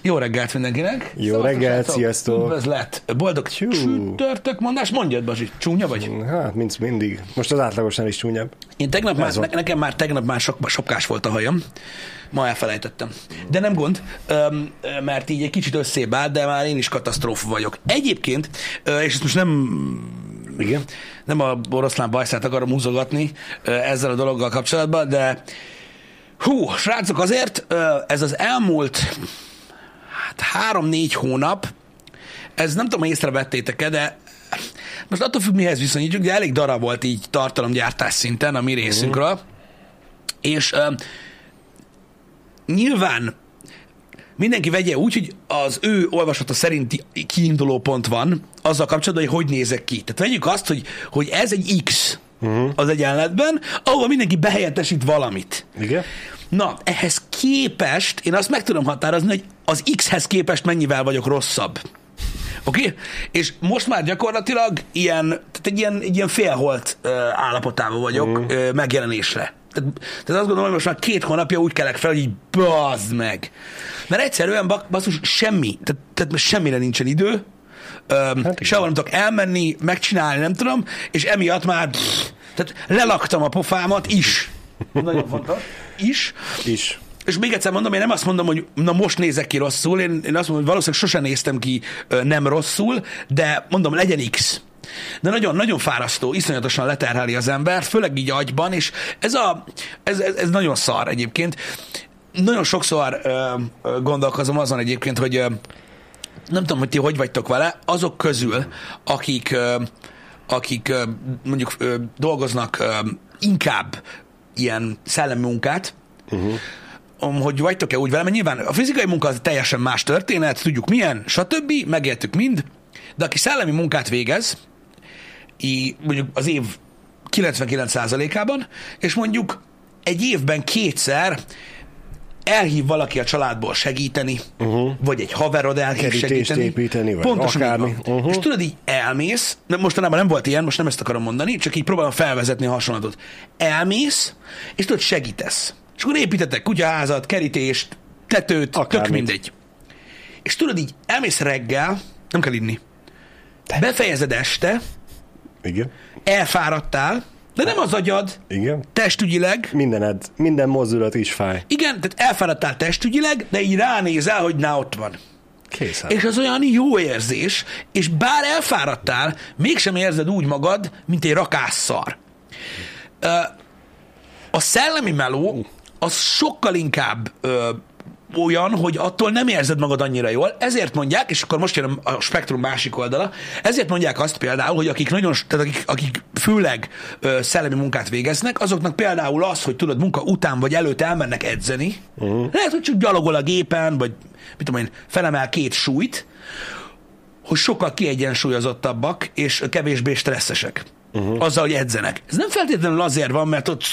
Jó reggelt mindenkinek! Jó reggelt, sziasztok! Üdvözlet! Boldog csütörtök mondás, mondjad, Bazsi, csúnya vagy? Hát, mint mindig. Most az átlagosnál is csúnyabb. Én nekem már tegnap sopkás volt a hajam. Ma elfelejtettem. De nem gond, mert így egy kicsit összébb áll, de már én is katasztrófa vagyok. Egyébként, és ezt most nem a oroszlán bajszát akarom húzogatni ezzel a dologgal kapcsolatban, de srácok, azért ez az elmúlt 3-4 hónap, ez nem tudom, hogy észrevettétek-e, de most attól függ, mihez viszonyítjuk, de elég darab volt így tartalomgyártás szinten a mi részünkről, és nyilván mindenki vegye úgy, hogy az ő olvasata szerinti kiinduló pont van azzal kapcsolatban, hogy nézek ki. Tehát vegyük azt, hogy ez egy X az egyenletben, ahol mindenki behelyettesít valamit. Igen. Na, ehhez képest én azt meg tudom határozni, hogy az X-hez képest mennyivel vagyok rosszabb. Oké? És most már gyakorlatilag egy ilyen félholt állapotában vagyok megjelenésre. Tehát azt gondolom, hogy most már 2 hónapja úgy kelek fel, hogy így bazd meg. Mert egyszerűen basszus semmi, tehát semmire nincsen idő, sehol nem tudok elmenni, megcsinálni, nem tudom, és emiatt már tehát lelaktam a pofámat is. Nagyon fontos. Is. És még egyszer mondom, én nem azt mondom, hogy na most nézek ki rosszul, én azt mondom, hogy valószínűleg sosem néztem ki nem rosszul, de mondom, legyen X. De nagyon-nagyon fárasztó, iszonyatosan leterheli az embert, főleg így agyban, és ez nagyon szar egyébként. Nagyon sokszor gondolkozom azon egyébként, hogy nem tudom, hogy ti hogy vagytok vele, azok közül, akik mondjuk dolgoznak inkább ilyen szellemi munkát, hogy vagytok-e úgy vele, mert nyilván a fizikai munka az teljesen más történet, tudjuk milyen, stb., megértük mind, de aki szellemi munkát végez, mondjuk az év 99%-ában, és mondjuk egy évben 2-szer elhív valaki a családból segíteni, vagy egy haverod elhív segíteni. Építeni, vagy pontosan akármi. És tudod, így elmész, mostanában nem volt ilyen, most nem ezt akarom mondani, csak így próbálom felvezetni a hasonlatot. Elmész, és tudod, segítesz. És akkor építetek kutyaházat, kerítést, tetőt, akármit. tök mindegy. És tudod, így elmész reggel, nem kell inni. Befejezed este, igen. Elfáradtál, de nem az agyad, igen. Testügyileg. Minden mozdulat is fáj. Igen, tehát elfáradtál testügyileg, de így ránézel, hogy ott van. Készen. És az olyan jó érzés, és bár elfáradtál, mégsem érzed úgy magad, mint egy rakásszar. A szellemi meló az sokkal inkább olyan, hogy attól nem érzed magad annyira jól, ezért mondják, és akkor most jön a spektrum másik oldala, ezért mondják azt például, hogy akik főleg szellemi munkát végeznek, azoknak például az, hogy tudod, munka után vagy előtt elmennek edzeni, lehet, hogy csak gyalogol a gépen, vagy mit tudom én, felemel 2 súlyt, hogy sokkal kiegyensúlyozottabbak, és kevésbé stresszesek. Azzal, hogy edzenek. Ez nem feltétlenül azért van, mert ott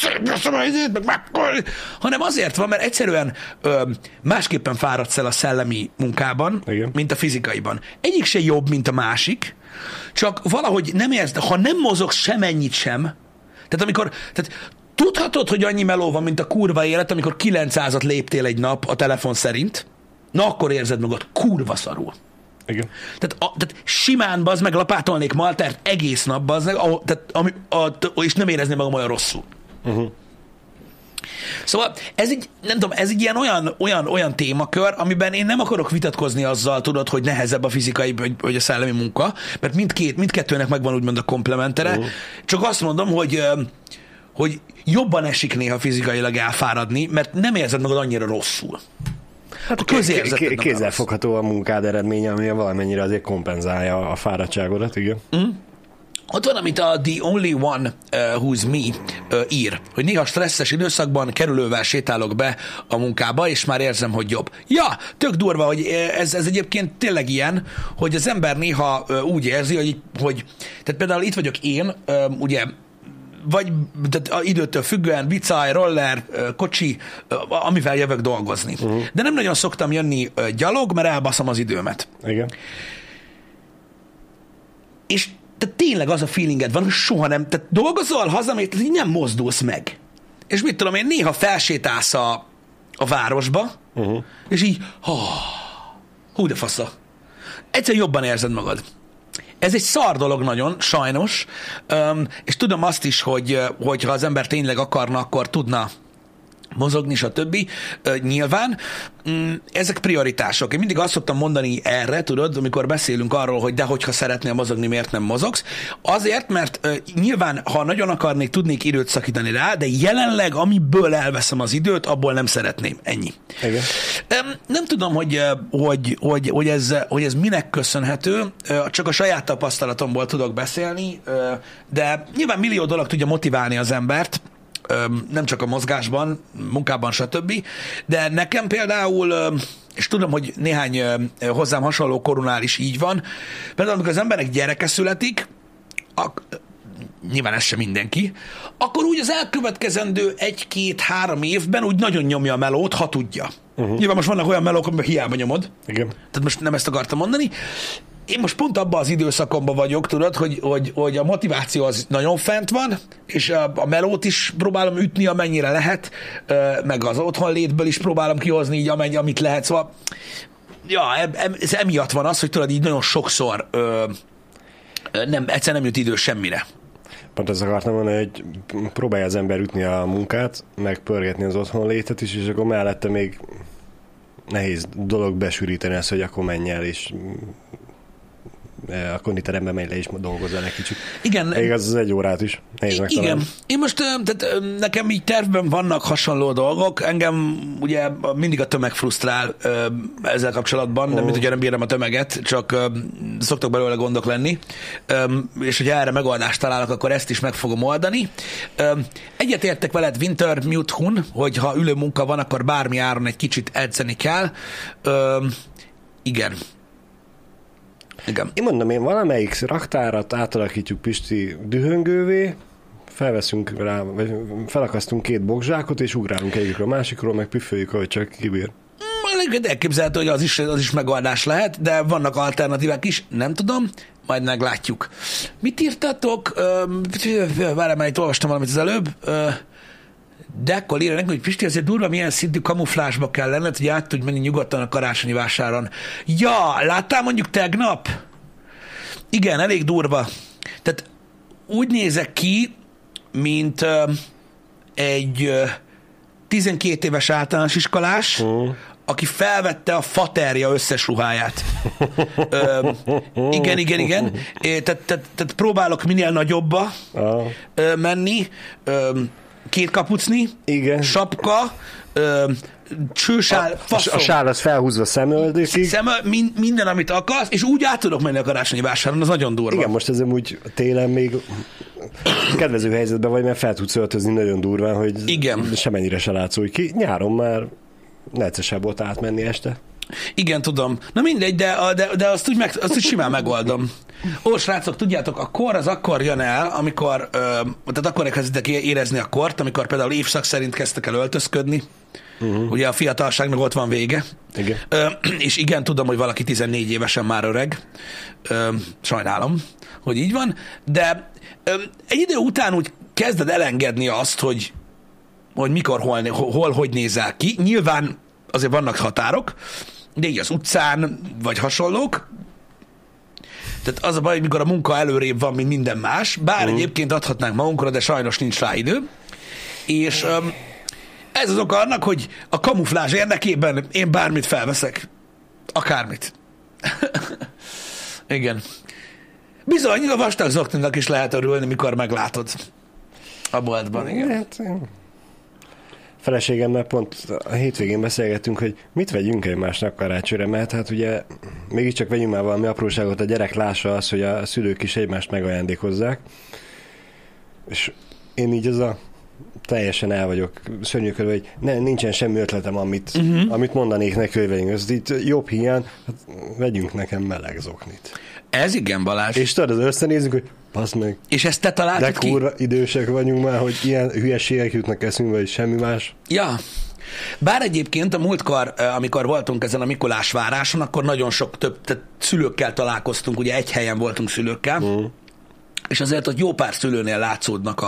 hanem azért van, mert egyszerűen másképpen fáradsz el a szellemi munkában, igen, mint a fizikaiban. Egyik se jobb, mint a másik, csak valahogy nem érzed, ha nem mozogsz semennyit sem, tehát tudhatod, hogy annyi meló van, mint a kurva élet, amikor 900-at léptél egy nap a telefon szerint, na akkor érzed magad kurva szarul. Igen. Tehát simán bazd meg lapátolnék maltert egész nap bazd meg, és nem érezném magam olyan rosszul. Szóval ez egy ilyen olyan témakör, amiben én nem akarok vitatkozni azzal, tudod, hogy nehezebb a fizikai vagy a szellemi munka, mert mindkettőnek megvan úgymond a komplementere, csak azt mondom, hogy jobban esik néha fizikailag elfáradni, mert nem érzed magad annyira rosszul. Hát kézzelfogható a munkád eredménye, ami valamennyire azért kompenzálja a fáradtságodat, igen. Ott van, amit a The Only One Who's Me ír, hogy néha stresszes időszakban kerülővel sétálok be a munkába, és már érzem, hogy jobb. Ja, tök durva, hogy ez egyébként tényleg ilyen, hogy az ember néha úgy érzi, hogy tehát például itt vagyok én, ugye, vagy tehát időtől függően bicaj, roller, kocsi, amivel jövök dolgozni. De nem nagyon szoktam jönni gyalog, mert elbaszom az időmet. Igen. És tehát tényleg az a feelinged van, hogy soha nem, tehát dolgozol, hazamész, tehát így nem mozdulsz meg. És mit tudom én, néha felsétálsz a városba, és így, Hú de fasza. Egyszerűen jobban érzed magad. Ez egy szar dolog nagyon, sajnos, és tudom azt is, hogy ha az ember tényleg akarna, akkor tudna mozogni, stb. Nyilván. Ezek prioritások. Én mindig azt szoktam mondani erre, tudod, amikor beszélünk arról, hogy de hogyha szeretnél mozogni, miért nem mozogsz. Azért, mert nyilván, ha nagyon akarnék, tudnék időt szakítani rá, de jelenleg, amiből elveszem az időt, abból nem szeretném. Ennyi. Igen. Nem tudom, hogy ez minek köszönhető, csak a saját tapasztalatomból tudok beszélni, de nyilván millió dolog tudja motiválni az embert, nem csak a mozgásban, munkában, stb. De nekem például, és tudom, hogy néhány hozzám hasonló korunál is így van, például amikor az emberek gyereke születik, nyilván ez sem mindenki, akkor úgy az elkövetkezendő 1-2-3 évben úgy nagyon nyomja a melót, ha tudja. Nyilván most vannak olyan melók, amiben hiába nyomod. Igen. Tehát most nem ezt akartam mondani. Én most pont abban az időszakomban vagyok, tudod, hogy a motiváció az nagyon fent van, és a melót is próbálom ütni, amennyire lehet, meg az otthonlétből is próbálom kihozni így, amit lehet. Szóval, ja, ez emiatt van az, hogy tudod, így nagyon sokszor egyszer nem jut idő semmire. Pont ezt akartam mondani, hogy próbálja az ember ütni a munkát, meg pörgetni az otthonlétet is, és akkor mellette még nehéz dolog besűríteni ezt, hogy akkor menj el, és a konditeremben megy le és dolgozzál egy kicsit. Igen. Igaz, az 1 órát is nehéz megtalálni. Igen. Én most, tehát nekem így tervben vannak hasonló dolgok. Engem ugye mindig a tömeg frusztrál ezzel kapcsolatban, nem mint hogy nem bírom a tömeget, csak szoktak belőle gondok lenni. És hogyha erre megoldást találok, akkor ezt is meg fogom oldani. Egyetértek veled, Winter Mute Hun, hogy ha ülő munka van, akkor bármi áron egy kicsit edzeni kell. Igen. Igen. Én mondom, én valamelyik raktárat átalakítjuk Pisti dühöngővé, felveszünk rá, vagy felakasztunk 2 bokzsákot, és ugrálunk egyikről a másikról, meg püföljük, ahogy csak kibír. Elképzelhető, hogy az is megoldás lehet, de vannak alternatívák is, nem tudom, majd meglátjuk. Mit írtatok? Várjál, mert itt olvastam valamit az előbb. Dekkol írja nekünk, hogy Pisti, azért durva, milyen szintű kamuflásba kell lenned, hogy át tudj menni nyugodtan a karácsonyi vásáron. Ja, láttál mondjuk tegnap? Igen, elég durva. Tehát úgy nézek ki, mint egy 12 éves általános iskolás, aki felvette a faterja összes ruháját. Igen. Tehát próbálok minél nagyobba menni, 2 kapucni, igen. Sapka, csősál, faszom. A sál az felhúzva szemöldökig. Minden, amit akarsz, és úgy át tudok menni a karácsonyi vásáron, az nagyon durva. Igen, most ez úgy télen még kedvező helyzetben vagy, mert fel tudsz öltözni nagyon durván, hogy igen. Semennyire se látszódj ki. Nyáron már neccesebb volt átmenni este. Igen, tudom. Na mindegy, de azt úgy simán megoldom. Ó, srácok, tudjátok, a kor az akkor jön el, amikor, tehát akkor elkezditek érezni a kort, amikor például évszak szerint kezdtek el öltözködni. Ugye a fiatalságnak ott van vége. Igen. És igen, tudom, hogy valaki 14 évesen már öreg. Sajnálom, hogy így van. De egy idő után úgy kezded elengedni azt, hogy mikor, hol, hogy nézel ki. Nyilván azért vannak határok, de így az utcán, vagy hasonlók. Tehát az a baj, hogy mikor a munka előrébb van, mint minden más, bár egyébként adhatnánk magunkra, de sajnos nincs rá idő. És ez az oka annak, hogy a kamuflázs érdekében én bármit felveszek. Akármit. Igen. Bizony, a vastag zokninak is lehet örülni, mikor meglátod a boltban. Igen. Hát, feleségemmel pont a hétvégén beszélgettünk, hogy mit vegyünk egymásnak karácsonyra, mert hát ugye mégiscsak vegyünk már valami apróságot, a gyerek lássa azt, hogy a szülők is egymást megajándékozzák. És én így teljesen el vagyok szörnyűködve, hogy nincsen semmi ötletem, amit mondanék neki, hogy vegyünk. Ez itt jobb hiány, hát vegyünk nekem meleg zoknit. Ez igen, Balázs. És tudod, összenézzük, hogy passz meg. És ezt te találtad ki? De kurva idősek vagyunk már, hogy ilyen hülyeségek jutnak eszünkbe, vagy semmi más. Ja. Bár egyébként a múltkor, amikor voltunk ezen a Mikulásváráson, akkor nagyon sok tehát szülőkkel találkoztunk, ugye egy helyen voltunk szülőkkel, és azért, hogy jó pár szülőnél látszódnak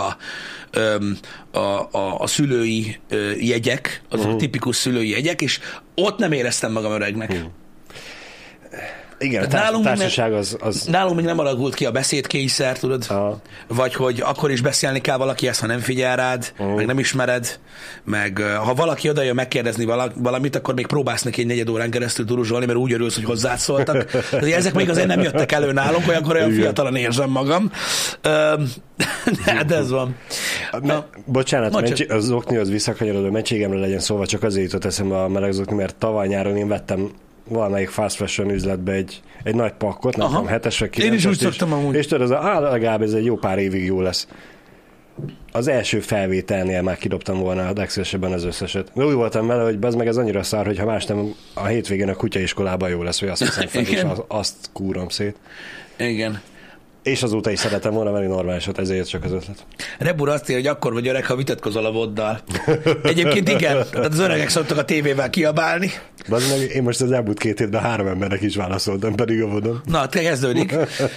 a szülői jegyek, azok a tipikus szülői jegyek, és ott nem éreztem magam öregnek. Igen, a társaság az... Nálunk még nem alakult ki a beszédkényszer, tudod? Vagy hogy akkor is beszélni kell valaki ezt, ha nem figyel rád, meg nem ismered, meg ha valaki oda jön megkérdezni valamit, akkor még próbálsz neki egy 4 órán keresztül turuzsolni, mert úgy örülsz, hogy hozzád szóltak. Ezek még azért nem jöttek elő nálunk, olyankor olyan fiatalan érzem magam. De ez van. Bocsánat, az zoknihoz visszakanyarodó mentségemre legyen szóval, csak azért jutott eszembe a meleg zokni, mert tavaly nyáron én vettem valamelyik fast fashion üzletbe egy nagy pakkot, nem tudom, 7-esre, 9-es. Én is úgy szoktam amúgy. És tudod, legalább ez egy jó pár évig jó lesz. Az első felvételnél már kidobtam volna a legszívesebben az összeset. De úgy voltam vele, hogy bazd meg, ez annyira szar, hogy ha más nem, a hétvégén a kutyaiskolában jó lesz, hogy azt hiszem fel, és azt kúrom szét. Igen. És azóta is szeretem volna venni normálisat, ezért csak az ötlet. Rebur azt írja, hogy akkor vagy öreg, ha vitatkozol a voddal. Egyébként igen, tehát az öregek szoktak a tévével kiabálni. Én most az elmúlt 2 évben 3 embernek is válaszoltam, pedig a vodon. Na, te kezdődik.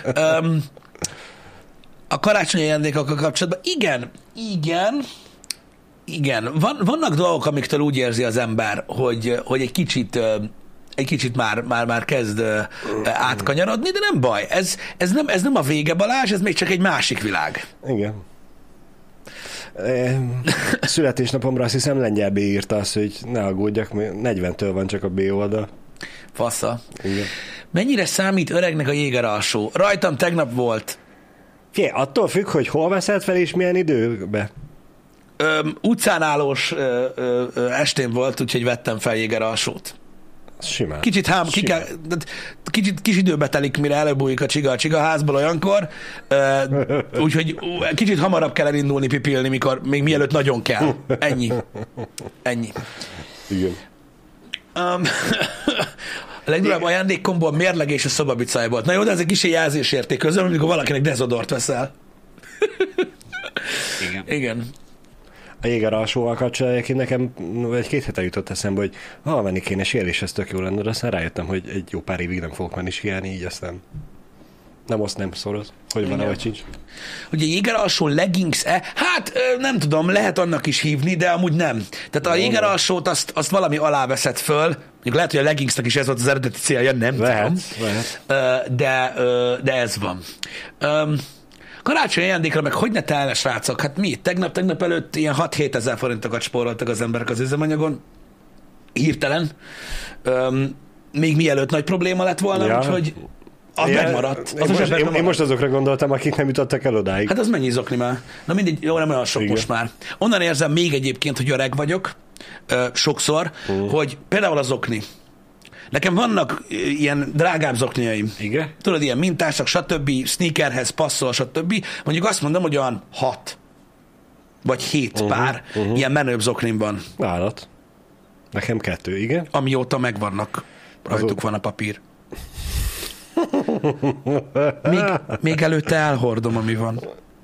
A karácsonyi ajándékokkal kapcsolatban igen. Vannak dolgok, amiktől úgy érzi az ember, hogy egy kicsit már kezd átkanyarodni, de nem baj. Ez nem a vége, Balázs, ez még csak egy másik világ. Igen. Születésnapomra azt hiszem Lengyel B írta azt, hogy ne aggódjak, 40-től van csak a B oldal. Fassa. Igen. Mennyire számít öregnek a Jéger alsó? Rajtam tegnap volt. Figyelj, attól függ, hogy hol veszed fel és milyen időbe. Utcán állós estén volt, úgyhogy vettem fel Jéger alsót. Simán. Kis időbe telik, mire előbújik a csiga házból olyankor, úgyhogy kicsit hamarabb kell elindulni pipilni, még mielőtt nagyon kell. Ennyi. Igen. A legdurább ajándékomból mérleg és a szobabicáj volt. Na jó, de ez egy kis jelzésérték közben, amikor valakinek dezodort veszel. Igen. A Jéger alsóval kapcsolatban nekem 1-2 hete jutott eszembe, hogy venni kéne síelni, és ez tök jó lenne, de aztán rájöttem, hogy egy jó pár évig nem fogok menni síelni, így aztán nem szoroz, hogy van, ahogy sincs. Hogy a Jéger alsó leggings-e? Hát nem tudom, lehet annak is hívni, de amúgy nem. Tehát a Jéger alsót azt valami alá veszed föl, lehet, hogy a leggingsnek is ez volt az eredeti célja, nem tudom. De ez van. Karácsonyi ajándékra meg hogy ne telne, srácok? Hát mi? Tegnap előtt ilyen 6-7 ezer forintokat spóroltak az emberek az üzemanyagon. Hirtelen. Még mielőtt nagy probléma lett volna, úgyhogy az megmaradt. Én most azokra gondoltam, akik nem jutottak el odáig. Hát az mennyi zokni már? Na mindegy, jó, nem olyan sok. Igen. Most már. Onnan érzem még egyébként, hogy öreg vagyok, sokszor, hogy például a zokni. Nekem vannak ilyen drágább zokniaim. Igen? Tudod, ilyen mintásak, stb., sneakerhez passzol, stb. Mondjuk azt mondom, hogy olyan 6 vagy 7 pár ilyen menőbb zoknim van. Állat. Nekem 2, igen. Amióta megvannak. Rajtuk van a papír. Még előtte elhordom, ami van.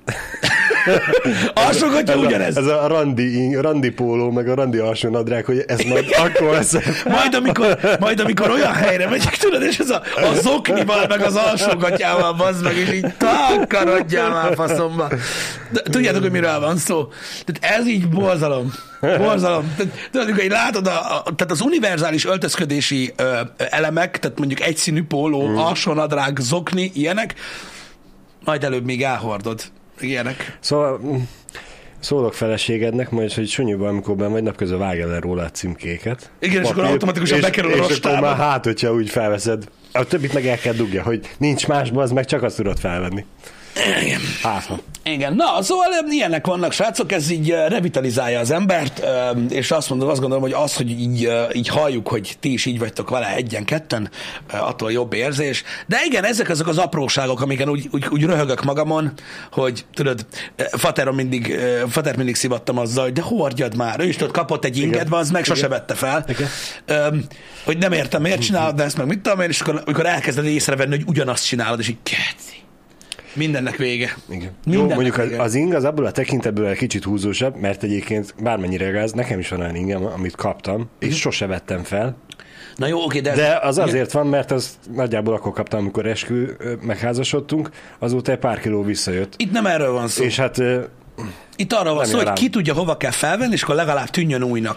Alsógatja ugyanez. Ez a randi póló, meg a randi alsó nadrág, hogy ez majd akkor lesz. Majd amikor olyan helyre megyek, tudod, és ez a zoknival, meg az alsógatjával, bazd meg, és így takarodjál már faszomba. Tudjátok, hogy miről van szó? Tehát ez így borzalom. Tudod, amikor így látod, tehát az univerzális öltözködési elemek, tehát mondjuk egyszínű póló, alsó nadrág, zokni, ilyenek, majd előbb még elhordod. Ilyenek. Szóval szólok feleségednek, majd, hogy Sonyiban, amikor benn vagy, napközben vágja le róla a címkéket. Igen, és akkor automatikusan bekerül a rostába. És akkor már hogyha úgy felveszed. A többit meg el kell dugja, hogy nincs másban, az meg csak azt tudod felvenni. Igen. Hátra. Igen, na, szóval ilyenek vannak, srácok, ez így revitalizálja az embert, és azt gondolom, hogy az, hogy így halljuk, hogy ti is így vagytok vele egyen-ketten, attól jobb érzés. De igen, ezek azok az apróságok, amiken úgy röhögök magamon, hogy tudod, Fatert mindig szivattam azzal, hogy de hordjad már, ő is tudod, kapott egy inget, az meg sose vette fel. Hogy nem értem, miért csinálod, de ezt meg mit tudom én, és akkor elkezded észrevenni, hogy ugyanazt csinálod, és így keci. Mindennek vége. Igen. Jó, mondjuk az ing az abból a tekintetből egy kicsit húzósabb, mert egyébként bármennyire gáz, nekem is van olyan ingem, amit kaptam, és sose vettem fel. Na jó, oké, de az azért van, mert az nagyjából akkor kaptam, amikor eskü megházasodtunk, azóta egy pár kiló visszajött. Itt nem erről van szó. És hát... Itt arra van szó, hogy ki tudja, hova kell felvenni, és akkor legalább tűnjön újnak.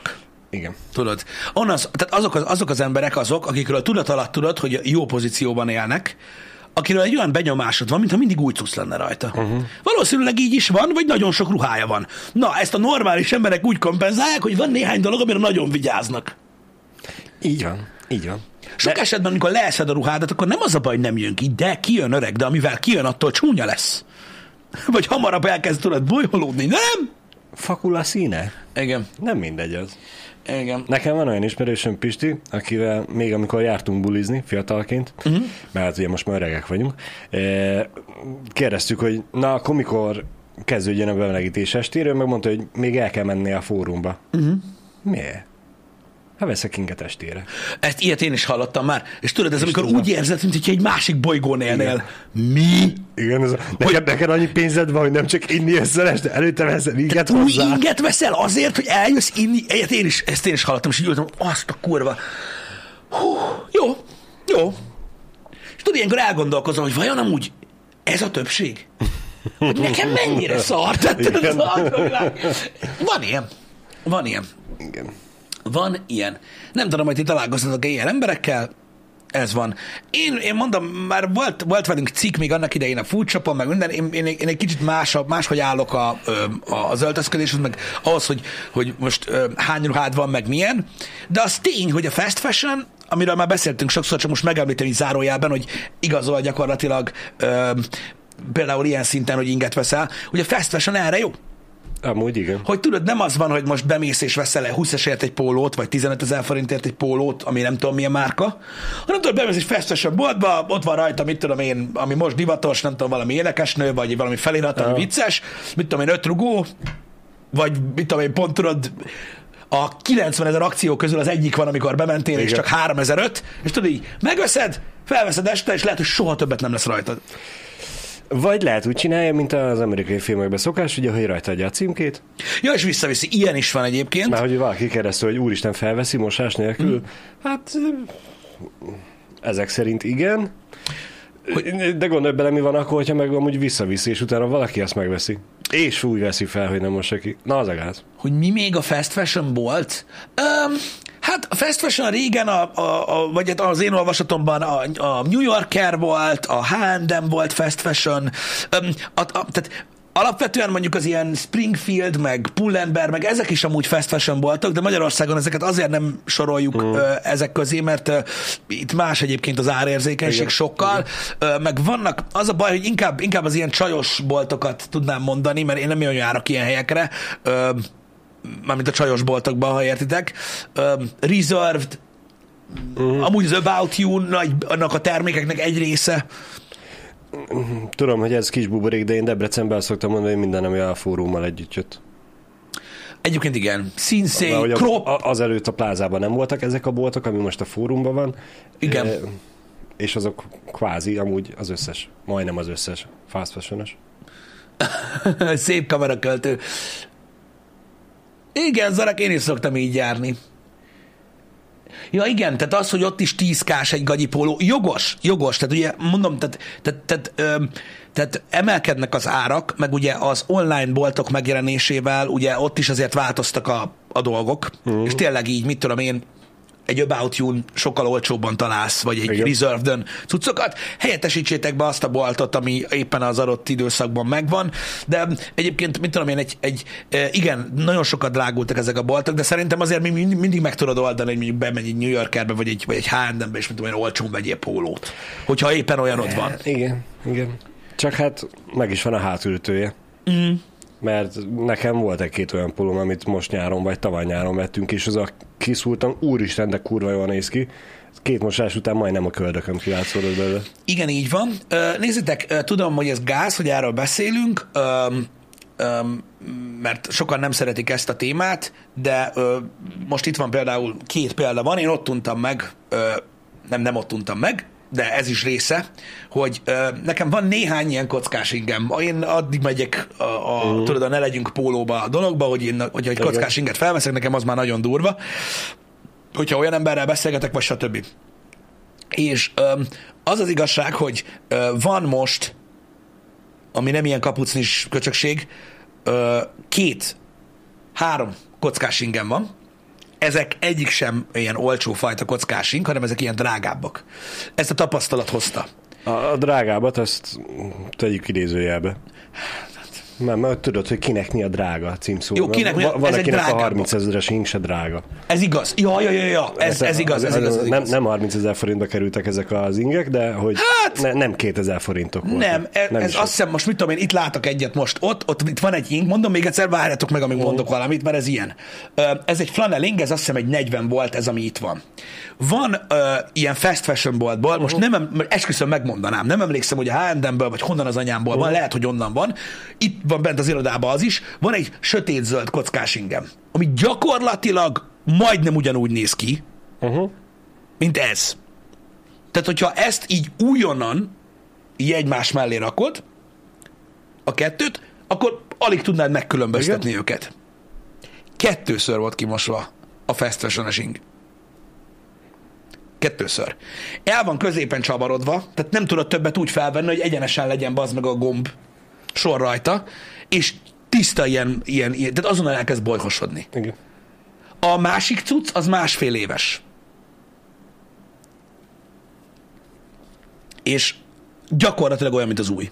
Igen. Tudod? Tehát azok az emberek azok, akikről tudat alatt tudod, hogy jó pozícióban élnek, akiről egy olyan benyomásod van, mintha mindig új cucc lenne rajta. Valószínűleg így is van, vagy nagyon sok ruhája van. Na, ezt a normális emberek úgy kompenzálják, hogy van néhány dolog, amire nagyon vigyáznak. Így van, így van. Sok esetben, amikor leeszed a ruhádat, akkor nem az a baj, hogy nem jön ki, de kijön öreg, de amivel kijön, attól csúnya lesz. Vagy hamarabb elkezd tudod bolyholódni, nem? Fakul a színe? Igen. Nem mindegy az. Igen. Nekem van olyan ismerősöm, Pisti, akivel még amikor jártunk bulizni fiatalként, mert ugye most már öregek vagyunk, kérdeztük, hogy na, akkor mikor kezdődjön a bemelegítés estéről, megmondta, hogy még el kell menni a fórumba. Miért? Hát veszek inget estére. Ilyet én is hallottam már. És tudod, ez amikor úgy érzed, mint hogyha egy másik bolygón élnél. Mi? Igen, neked annyi pénzed van, hogy nem csak inni össze este, előtte veszel inget hozzá. Új inget veszel azért, hogy eljössz inni? Ezt én is hallottam, és így ültem, azt a kurva. Hú, jó. És tudod, ilyenkor elgondolkozom, hogy vajon amúgy ez a többség? Hogy nekem mennyire szar? Van ilyen. Igen. Van ilyen. Nem tudom, hogy ti találkoztatok ilyen emberekkel, ez van. Én mondom, már volt velünk cikk még annak idején a Foodshopon, meg minden, én egy kicsit máshogy állok az öltözködéshez, meg ahhoz, hogy most hány ruhád van, meg milyen, de az tény, hogy a fast fashion, amiről már beszéltünk sokszor, csak most megemlítem így zárójában, hogy igazol gyakorlatilag például ilyen szinten, hogy inget veszel, hogy a fast fashion erre jó. Amúgy igen. Hogy tudod, nem az van, hogy most bemész és veszel 20 esért egy pólót, vagy 15 000 forintért egy pólót, ami nem tudom milyen márka, hanem tudod, bemész egy fast fashion boltba, ott van rajta, mit tudom én, ami most divatos, nem tudom, valami énekesnő, vagy valami felirat, ami vicces, mit tudom én, 5 rugó, vagy mit tudom én, pont tudod, a 90 000 akció közül az egyik van, amikor bementél, igen. És csak 3005, és tudod így, megveszed, felveszed este, és lehet, hogy soha többet nem lesz rajtad. Vagy lehet úgy csinálja, mint az amerikai filmekben szokás, ugye, hogy rajta adja a címkét. Ja, és visszaviszi. Ilyen is van egyébként. Már hogy valaki keresztül, hogy úristen felveszi mosás nélkül. Hát ezek szerint igen. De gondolj bele, mi van akkor, hogyha meg amúgy visszaviszi, és utána valaki ezt megveszi. És úgy veszi fel, hogy nem mossa ki. Na, az a gáz. Hogy mi még a fast fashion bolt? Hát a fast fashion régen, vagy az én olvasatomban a New Yorker volt, a H&M volt fast fashion, tehát alapvetően mondjuk az ilyen Springfield, meg Pull&Bear, meg ezek is amúgy fast fashion voltak, de Magyarországon ezeket azért nem soroljuk ezek közé, mert itt más egyébként az árérzékenység igen, sokkal, igen. Meg vannak, az a baj, hogy inkább az ilyen csajos boltokat tudnám mondani, mert én nem olyan járok ilyen helyekre, mármint a csajos boltokban, ha értitek. Reserved, amúgy az About You-nak a termékeknek egy része. Tudom, hogy ez kis buborék, de én Debrecenben szoktam mondani, hogy minden, ami a fórummal együtt jött. Egyébként igen. Színszély, crop. Azelőtt a plázában nem voltak ezek a boltok, ami most a fórumban van. Igen. És azok kvázi amúgy az összes, majdnem az összes fast fashion-os. Szép kameraköltő. Igen, Zarek, én is szoktam így járni. Ja igen, tehát az, hogy ott is 10K-s egy gagyipóló, jogos, tehát ugye mondom, tehát emelkednek az árak, meg ugye az online boltok megjelenésével, ugye ott is azért változtak a dolgok, és tényleg így, mit tudom én, egy About You-n sokkal olcsóbban találsz, vagy egy Reserved-ön cuccokat, helyettesítsétek be azt a boltot, ami éppen az adott időszakban megvan, de egyébként, mit tudom én, igen, nagyon sokat drágultak ezek a boltok, de szerintem azért mindig meg tudod oldani, hogy mondjuk bemegy egy New Yorkerbe, vagy egy H&M-be, és mit tudom én, olcsón vegyél pólót, hogyha éppen olyan ott van. Igen. Csak hát meg is van a hátulütője. Mert nekem volt egy-két olyan pólóm, amit most nyáron vagy tavaly nyáron vettünk, és az a kiszúrtam, úristen, de kurva jól néz ki. 2 mosás után majdnem a köldököm kilátszódott belőle. Igen, így van. Nézzétek, tudom, hogy ez gáz, hogy erről beszélünk, mert sokan nem szeretik ezt a témát, de most itt van például 2 példa van, én ott untam meg, nem ott untam meg, de ez is része, hogy nekem van néhány ilyen kockás ingem. Én addig megyek tudod, a ne legyünk pólóba a dologba, hogyha egy kockás inget felveszek, nekem az már nagyon durva, hogyha olyan emberrel beszélgetek, vagy stb. És az az igazság, hogy van most, ami nem ilyen kapucnis köcsökség, 2-3 kockás ingem van. ezek egyik sem ilyen olcsó fajta kockásink, hanem ezek ilyen drágábbak. Ezt a tapasztalat hozta. A drágábbat, azt tegyük idézőjelbe. Mert tudod, hogy kinek mi a drága címszó. Jó, kinek mi a, van, akinek a 30 000-es ing se drága. Ez igaz. Ja. Ez igaz. Nem 30 000 forintba kerültek ezek az ingek, de hogy nem 2000 forintok voltak. Nem ez azt hiszem, most mit tudom én, itt látok egyet most, itt van egy ing, mondom még egyszer, várjatok meg, amíg mondok valamit, mert ez ilyen. Ez egy flanel ing, ez azt hiszem egy 40 volt, ez ami itt van. Van ilyen fast fashion boltból, most esküszöm megmondanám, nem emlékszem, hogy a H&M-ből, vagy honnan az anyámból van, lehet, hogy onnan van. Itt van bent az irodában az is, van egy sötétzöld kockás ingem, ami gyakorlatilag majdnem ugyanúgy néz ki, mint ez. Tehát, hogyha ezt így újonnan így egymás mellé rakod, a kettőt, akkor alig tudnád megkülönböztetni őket. 2-ször volt kimosva a fast fashion-es ing. 2-ször. El van középen csavarodva, tehát nem tudod többet úgy felvenni, hogy egyenesen legyen bazd meg a gomb sor rajta, és tiszta ilyen tehát azonnal elkezd bolykosodni. Igen. A másik cucc az 1,5 éves. És gyakorlatilag olyan, mint az új.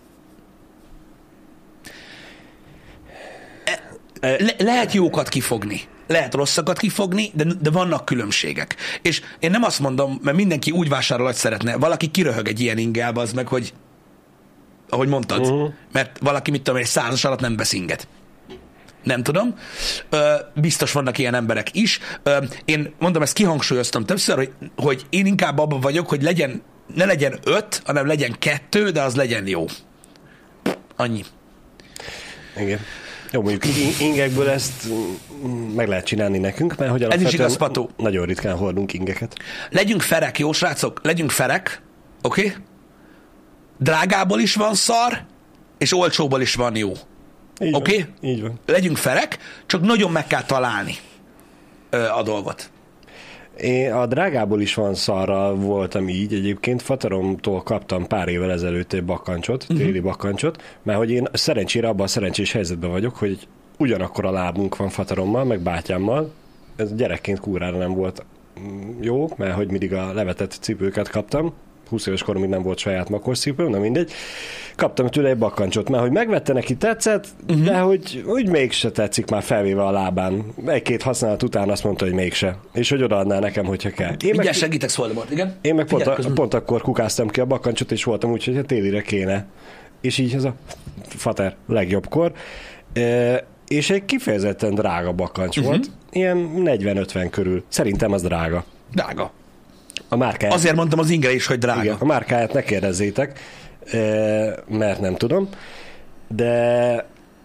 Lehet jókat kifogni, lehet rosszakat kifogni, de vannak különbségek. És én nem azt mondom, mert mindenki úgy vásárol, hogy szeretne. Valaki kiröhög egy ilyen ingelbe, az meg, hogy ahogy mondtad, mert valaki, mit tudom, egy 100-as alatt nem vesz inget. Nem tudom. Biztos vannak ilyen emberek is. Én mondom, ezt kihangsúlyoztam többször, hogy én inkább abban vagyok, hogy ne legyen 5, hanem legyen 2, de az legyen jó. Annyi. Igen. Jó, mondjuk ingekből ezt meg lehet csinálni nekünk, mert hogy alapvetően nagyon ritkán hordunk ingeket. Legyünk ferek, jó srácok? Legyünk ferek, oké? Drágából is van szar, és olcsóból is van jó. Oké? Így van. Legyünk ferek, csak nagyon meg kell találni a dolgot. Én a drágából is van szarra voltam így, egyébként Fateromtól kaptam pár évvel ezelőtt egy bakkancsot, téli bakkancsot, mert hogy én szerencsére abban a szerencsés helyzetben vagyok, hogy ugyanakkor a lábunk van Faterommal, meg bátyámmal. Ez gyerekként kúrára nem volt jó, mert hogy mindig a levetett cipőket kaptam. 20 éves koromig nem volt saját makos cipőm, na mindegy. Kaptam tőle egy bakkancsot, mert hogy megvette, neki tetszett, de hogy úgy mégse tetszik már felvéve a lábán. Egy-két használat után azt mondta, hogy mégse. És hogy odaadná nekem, hogyha kell. Mindjárt segítek, Szvoldemort, igen? Én meg pont akkor kukáztam ki a bakkancsot, és voltam úgy, hogy a télire kéne. És így ez a fater legjobbkor. És egy kifejezetten drága bakkancs volt. Ilyen 40-50 körül. Szerintem az drága. Drága. A márkáját, azért mondtam az ingre is, hogy drága. Igen, a márkáját ne kérdezzétek, mert nem tudom, de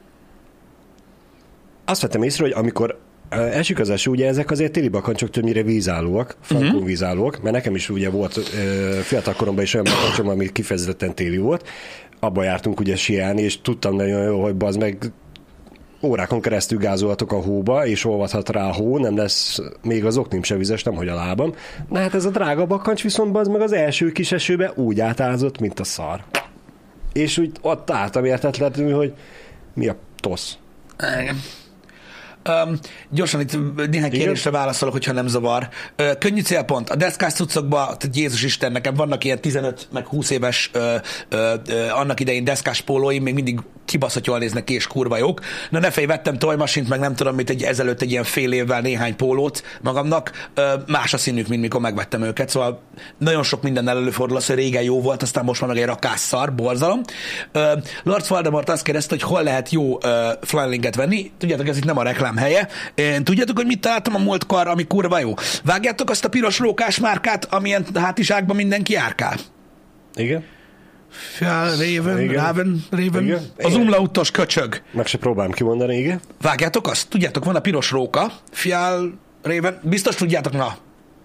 azt vettem észre, hogy amikor esik az eső, ugye ezek azért téli bakkancsok többnyire vízállóak, frankon vízállóak, mert nekem is ugye volt fiatal koromban is olyan bakkantsom, ami kifejezetten téli volt, abba jártunk ugye siálni, és tudtam nagyon jó, hogy bazd meg órákon keresztül gázolhatok a hóba, és olvadhat rá a hó, nem lesz még az oknim se vizes, nemhogy a lábam. Na hát ez a drága bakkancs viszont az meg az első kis esőbe úgy átázott, mint a szar. És úgy ott álltam értetlenül, hogy mi a tosz. Igen. Gyorsan itt néhány kérdésre válaszolok, hogyha nem zavar. Könnyű célpont. A deszkás cuccokban, tehát Jézus Isten, nekem vannak ilyen 15 meg 20 éves annak idején deszkás pólóim, még mindig kibaszott jól néznek ki, és kurva jók. Na ne félj, vettem tojmasint, meg nem tudom, mit ezelőtt egy ilyen fél évvel néhány pólót magamnak. Más a színük, mint mikor megvettem őket, szóval nagyon sok minden előfordul az, hogy régen jó volt, aztán most már meg egy rakásszar, borzalom. Lord Voldemort azt kérdezte, hogy hol lehet jó flanlinget venni. Tudjátok, ez itt nem a reklám helye. Tudjátok, hogy mit találtam a múltkor, ami kurva jó? Vágjátok azt a piros rókás márkát, amilyen hátizsákban mindenki járkál? Igen. Raven. Igen. Az umlautos köcsög. Meg se próbálom kimondani, igen. Vágjátok azt? Tudjátok, van a piros róka. Raven. Biztos tudjátok, na.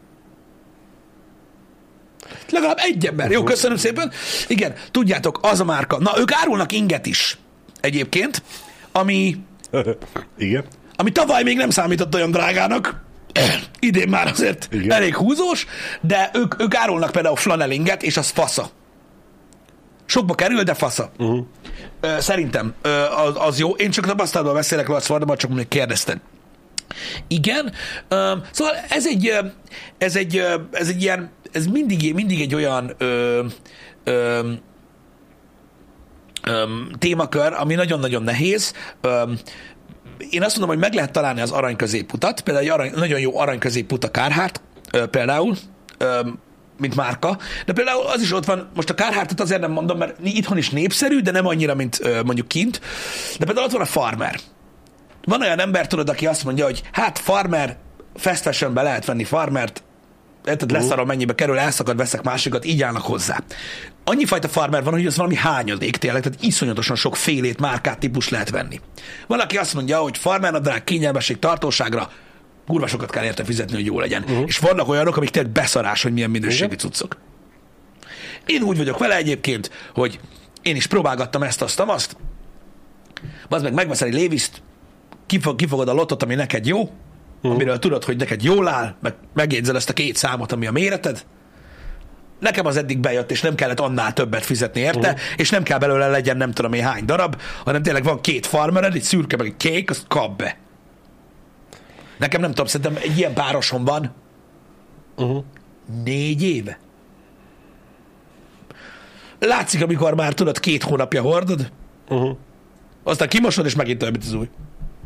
Legalább egy ember. Jó, köszönöm szépen. Igen, tudjátok, az a márka. Na, ők árulnak inget is egyébként, ami igen. Ami tavaly még nem számított olyan drágának, idén már azért igen. Elég húzós, de ők árulnak például flanelinget, és az fasza. Sokba kerül, de fasza. Szerintem az jó. Én csak tapasztalatban beszélek, Lac Vardamar, csak még kérdezted. Igen. Szóval ez mindig egy olyan témakör, ami nagyon-nagyon nehéz. Én azt mondom, hogy meg lehet találni az arany középutat, például egy nagyon jó arany középut a Carhartt, például, mint márka, de például az is ott van, most a Carharttot azért nem mondom, mert itthon is népszerű, de nem annyira, mint mondjuk kint, de például ott van a Farmer. Van olyan ember, tudod, aki azt mondja, hogy hát Farmer, fast fashionbe lehet venni Farmert, leszarom, mennyibe kerül, elszakad, veszek másikat, így állnak hozzá. Annyi fajta Farmer van, hogy az valami hányadék tényleg, tehát iszonyatosan sok félét, márkát, típus lehet venni. Valaki azt mondja, hogy Farmer nadrág kényelmesség, tartóságra, kurva sokat kell érte fizetni, hogy jó legyen. És vannak olyanok, amik tényleg beszarás, hogy milyen minőségű cuccok. Én úgy vagyok vele egyébként, hogy én is próbálgattam ezt-azt, bazd meg, megveszel egy Levi's-t, kifogod a lotot, ami neked jó, amiről tudod, hogy neked jól áll, megjegyzel ezt a 2 számot, ami a méreted. Nekem az eddig bejött, és nem kellett annál többet fizetni érte, és nem kell belőle legyen nem tudom én hány darab, hanem tényleg van 2 Farmered, egy szürke, meg egy kék, azt kap be. Nekem nem tudom, szerintem egy ilyen párosom van 4 éve. Látszik, amikor már tudod, 2 hónapja hordod, aztán kimosod, és megint olyan, mint az új.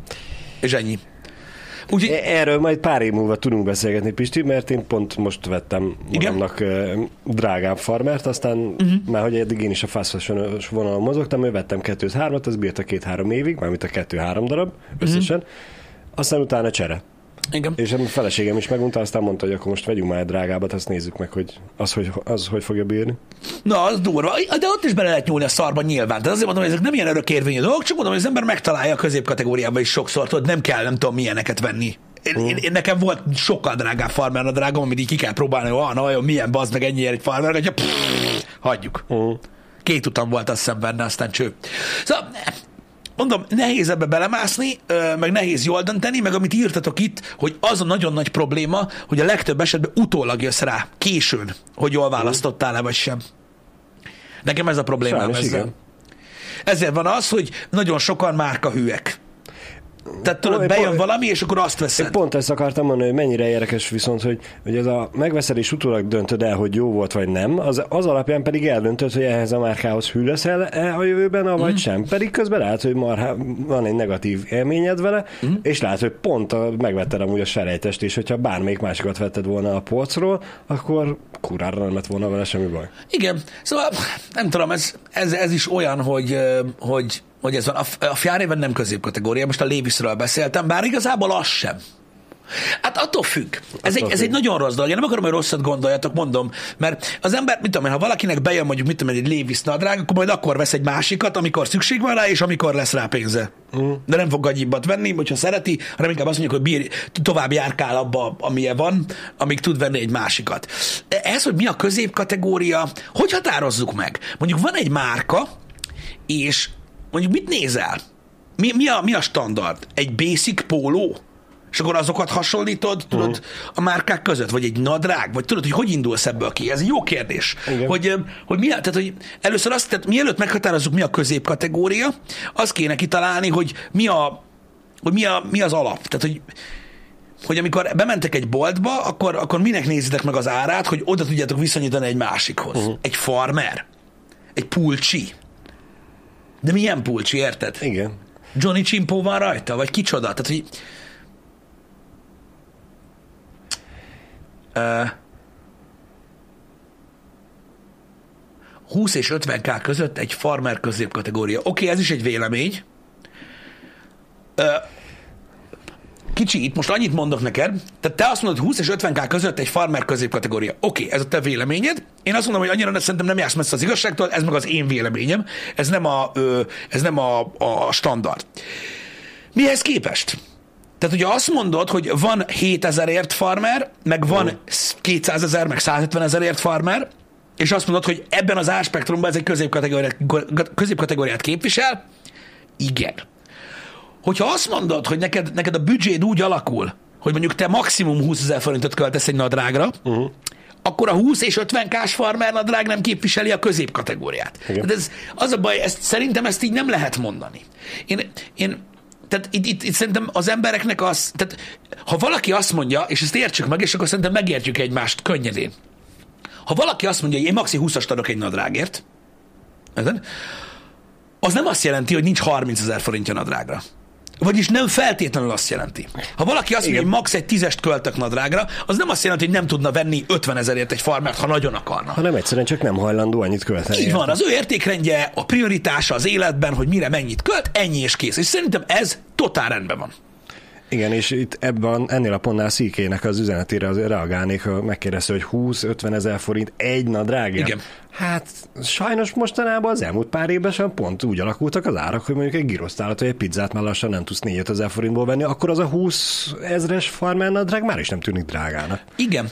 És ennyi. Úgy, erről majd pár év múlva tudunk beszélgetni, Pisti, mert én pont most vettem magamnak drágább Farmert, aztán már hogy eddig én is a fast fashion-os vonalon mozogtam, vettem 2-3-at, az bírta 2-3 évig, mármint a 2-3 darab összesen, aztán utána csere. Igen. És a feleségem is megmondta, aztán mondta, hogy akkor most vegyünk már drágábbat, azt nézzük meg, hogy hogy fogja bírni. Na, az durva. De ott is bele lehet nyúlni a szarban nyilván. Tehát azért mondom, hogy ezek nem ilyen örökérvényű dolgok, csak mondom, hogy az ember megtalálja a középkategóriában is sokszor, tudod, nem kell, nem tudom, milyeneket venni. Én nekem volt sokkal drágább Farmer nadrágom, amit így ki kell próbálni, na, milyen bazd meg ennyiért egy Farmer, hogy hagyjuk. 2 utam volt, azt hiszem benne, aztán cső. Szóval mondom, nehéz ebbe belemászni, meg nehéz jól dönteni, meg amit írtatok itt, hogy az a nagyon nagy probléma, hogy a legtöbb esetben utólag jössz rá, későn, hogy jól választottál-e vagy sem. Nekem ez a problémám ezzel. Ezért van az, hogy nagyon sokan márkahűek. Tehát tudod, bejön valami, és akkor azt veszed. Én pont ezt akartam mondani, hogy mennyire érdekes viszont, hogy ez a megveszed és utólag döntöd el, hogy jó volt vagy nem, az alapján pedig eldöntöd, hogy ehhez a márkához hű leszel a jövőben, vagy sem. Pedig közben lehet, hogy van egy negatív élményed vele, és lehet, hogy pont megvetted amúgy a selejtest, és hogyha bármelyik másikat vetted volna a polcról, akkor kurára nem lett volna vele semmi baj. Igen, szóval nem tudom, ez is olyan, hogy ez van. A Fjárében nem középkategória, most a Levi'sről beszéltem, bár igazából az sem. Hát attól függ. Ez egy nagyon rossz dolog. Én nem akarom, hogy rosszat gondoljatok, mondom, mert az ember, mit tudom én, ha valakinek bejön mondjuk, mit tudom én, egy Levi's nadrág, akkor majd akkor vesz egy másikat, amikor szükség van rá, és amikor lesz rá pénze. De nem fog gagyibbat venni, hogyha szereti, hanem inkább azt mondjuk, hogy tovább járkál abba, amilyen van, amíg tud venni egy másikat. Ez, hogy mi a középkategória, hogy határozzuk meg? Mondjuk van egy márka, és mondjuk mit nézel? Mi a standard? Egy basic póló? És akkor azokat hasonlítod, tudod, a márkák között? Vagy egy nadrág? Vagy tudod, hogy indulsz ebből ki? Ez egy jó kérdés. Hogy először azt, tehát mielőtt meghatározzuk, mi a középkategória, azt kéne kitalálni, hogy mi az alap. Tehát, hogy amikor bementek egy boltba, akkor minek nézitek meg az árát, hogy oda tudjátok viszonyítani egy másikhoz. Egy Farmer? Egy Pulcsi? De milyen Pulcsi, érted? Igen. Johnny Csimpó van rajta? Vagy kicsoda? Tehát, hogy 20 és 50k között egy Farmer középkategória. Oké, ez is egy vélemény. Kicsi, itt most annyit mondok neked, tehát te azt mondod, 20 és 50k között egy Farmer középkategória. Oké, ez a te véleményed. Én azt mondom, hogy annyira szerintem nem jársz messze az igazságtól, ez meg az én véleményem. Ez nem a standard. Mihez képest? Tehát ugye azt mondod, hogy van 7000ért Farmer, meg van 200 000, meg 150 000ért Farmer, és azt mondod, hogy ebben az árspektrumban ez egy középkategóriát képvisel, igen. Hogyha azt mondod, hogy neked a büdzséd úgy alakul, hogy mondjuk te maximum 20 000 forintot költesz egy nadrágra, akkor a 20 és 50k-s Farmer nadrág nem képviseli a középkategóriát. Tehát az a baj, szerintem ezt így nem lehet mondani. tehát itt szerintem az embereknek tehát ha valaki azt mondja, és ezt értsük meg, és akkor szerintem megértjük egymást könnyedén. Ha valaki azt mondja, hogy én maxi 20-ast adok egy nadrágért, az nem azt jelenti, hogy nincs 30 000 forintja nadrágra. Vagyis nem feltétlenül azt jelenti. Ha valaki azt mondja, hogy max. egy 10-est költök nadrágra, az nem azt jelenti, hogy nem tudna venni 50 000-ért egy farmert, ha nagyon akarna. Hanem egyszerűen csak nem hajlandó annyit költeni. Így van, az ő értékrendje, a prioritása az életben, hogy mire mennyit költ, ennyi és kész. És szerintem ez totál rendben van. Igen, és itt ennél a pontnál Szíkének az üzenetére azért reagálnék, ha megkérdezte, hogy 20-50 000 forint egy nadrágért. Igen. Hát sajnos mostanában az elmúlt pár évben sem pont úgy alakultak az árak, hogy mondjuk egy girosztálat vagy egy pizzát már lassan nem tudsz 4 000 forintból venni, akkor az a 20 000-es farmer nadrág már is nem tűnik drágának.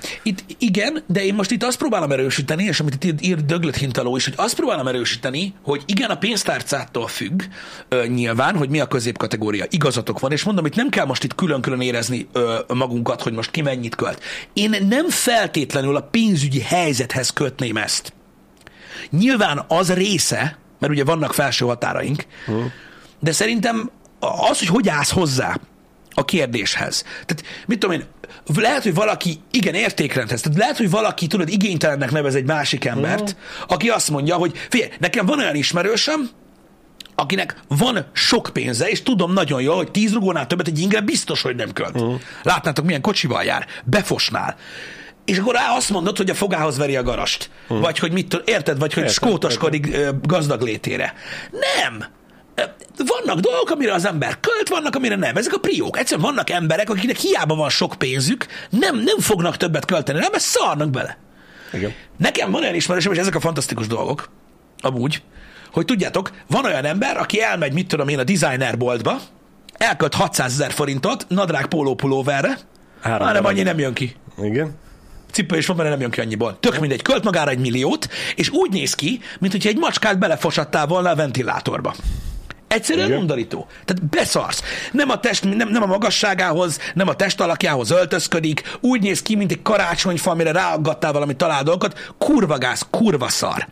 Igen, de én most itt azt próbálom erősíteni, és amit itt ír Döglött Hintaló is, hogy azt próbálom erősíteni, hogy igen, a pénztárcától függ nyilván, hogy mi a középkategória. Igazatok van, és mondom, itt nem kell most itt külön-külön érezni magunkat, hogy most ki mennyit költ. Én nem feltétlenül a pénzügyi helyzethez kötném ezt. Nyilván az része, mert ugye vannak felső határaink, de szerintem az, hogy állsz hozzá a kérdéshez. Tehát, mit tudom én, lehet, hogy valaki igen értékrendhez, tehát lehet, hogy valaki, tudod, igénytelennek nevez egy másik embert, aki azt mondja, hogy figyelj, nekem van olyan ismerősöm, akinek van sok pénze, és tudom nagyon jól, hogy 10 rugónál többet egy ingre biztos, hogy nem költ. Látnátok, milyen kocsival jár, befosnál. És akkor rá azt mondod, hogy a fogához veri a garast. Vagy hogy mit érted? Vagy hogy skótoskodik gazdag létére. Nem! Vannak dolgok, amire az ember költ, vannak, amire nem. Ezek a priók. Egyszerűen vannak emberek, akiknek hiába van sok pénzük, nem fognak többet költeni, nem, mert szarnak bele. Igen. Nekem van olyan ismerősöm, és ezek a fantasztikus dolgok, amúgy, hogy tudjátok, van olyan ember, aki elmegy, mit tudom én, a designerboltba, elkölt 600 000 forintot nadrág pólópulóverre, hanem annyi nem jön ki. Igen. Cipő is van, mert nem jön ki annyiból. Tök mindegy, költ magára 1 milliót, és úgy néz ki, mintha egy macskát belefosattál volna a ventilátorba. Egyszerűen undorító. Tehát beszarsz. Nem a test, nem a magasságához, nem a testalakjához öltözködik, úgy néz ki, mint egy karácsonyfa, amire ráaggattál valami találdokat, kurva gáz, kurva szar.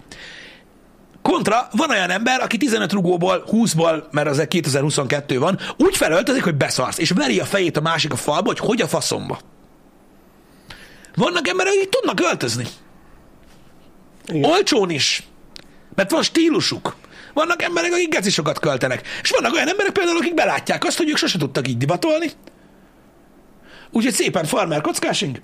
Kontra, van olyan ember, aki 15 rugóból, 20-ból, mert az 2022 van, úgy felöltözik, hogy beszarsz, és veri a fejét a másik a falba, hogy a faszomba. Vannak emberek, akik tudnak öltözni. Igen. Olcsón is. Mert van stílusuk. Vannak emberek, akik gecisokat költenek. És vannak olyan emberek például, akik belátják azt, hogy ők sose tudtak így divatolni. Úgyhogy szépen farmer kockásing.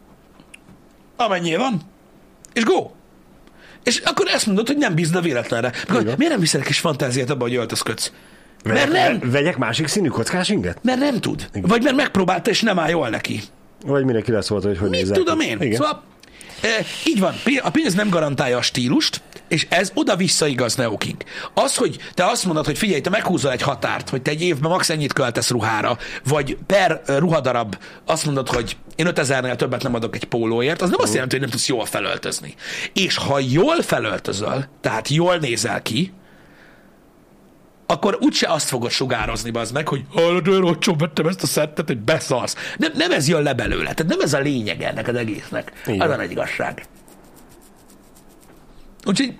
Amennyi van. És go. És akkor ezt mondod, hogy nem bízd a véletlenre. Miért nem viszel egy kis fantáziát abba, hogy öltözködsz? Mert nem. Vegyek másik színű kockás inget? Mert nem tud. Igen. Vagy mert megpróbálta, és nem áll jól neki. Vagy mindenki lesz volt, hogy nézzel. Mit tudom én? Igen. Szóval így van, a pénz nem garantálja a stílust, és ez oda-vissza igaz, Neoking. Az, hogy te azt mondod, hogy figyelj, te meghúzol egy határt, hogy te egy évben max. Ennyit költesz ruhára, vagy per ruhadarab azt mondod, hogy én 5000-nél többet nem adok egy pólóért, az nem azt jelenti, hogy nem tudsz jól felöltözni. És ha jól felöltözöl, tehát jól nézel ki, akkor úgyse azt fogod sugározni, bazd meg, hogy olyan olcsón vettem ezt a szettet, hogy beszarsz. Nem ez jön le belőle. Tehát nem ez a lényeg ennek az egésznek. Igen. Az a nagy igazság. Úgyhogy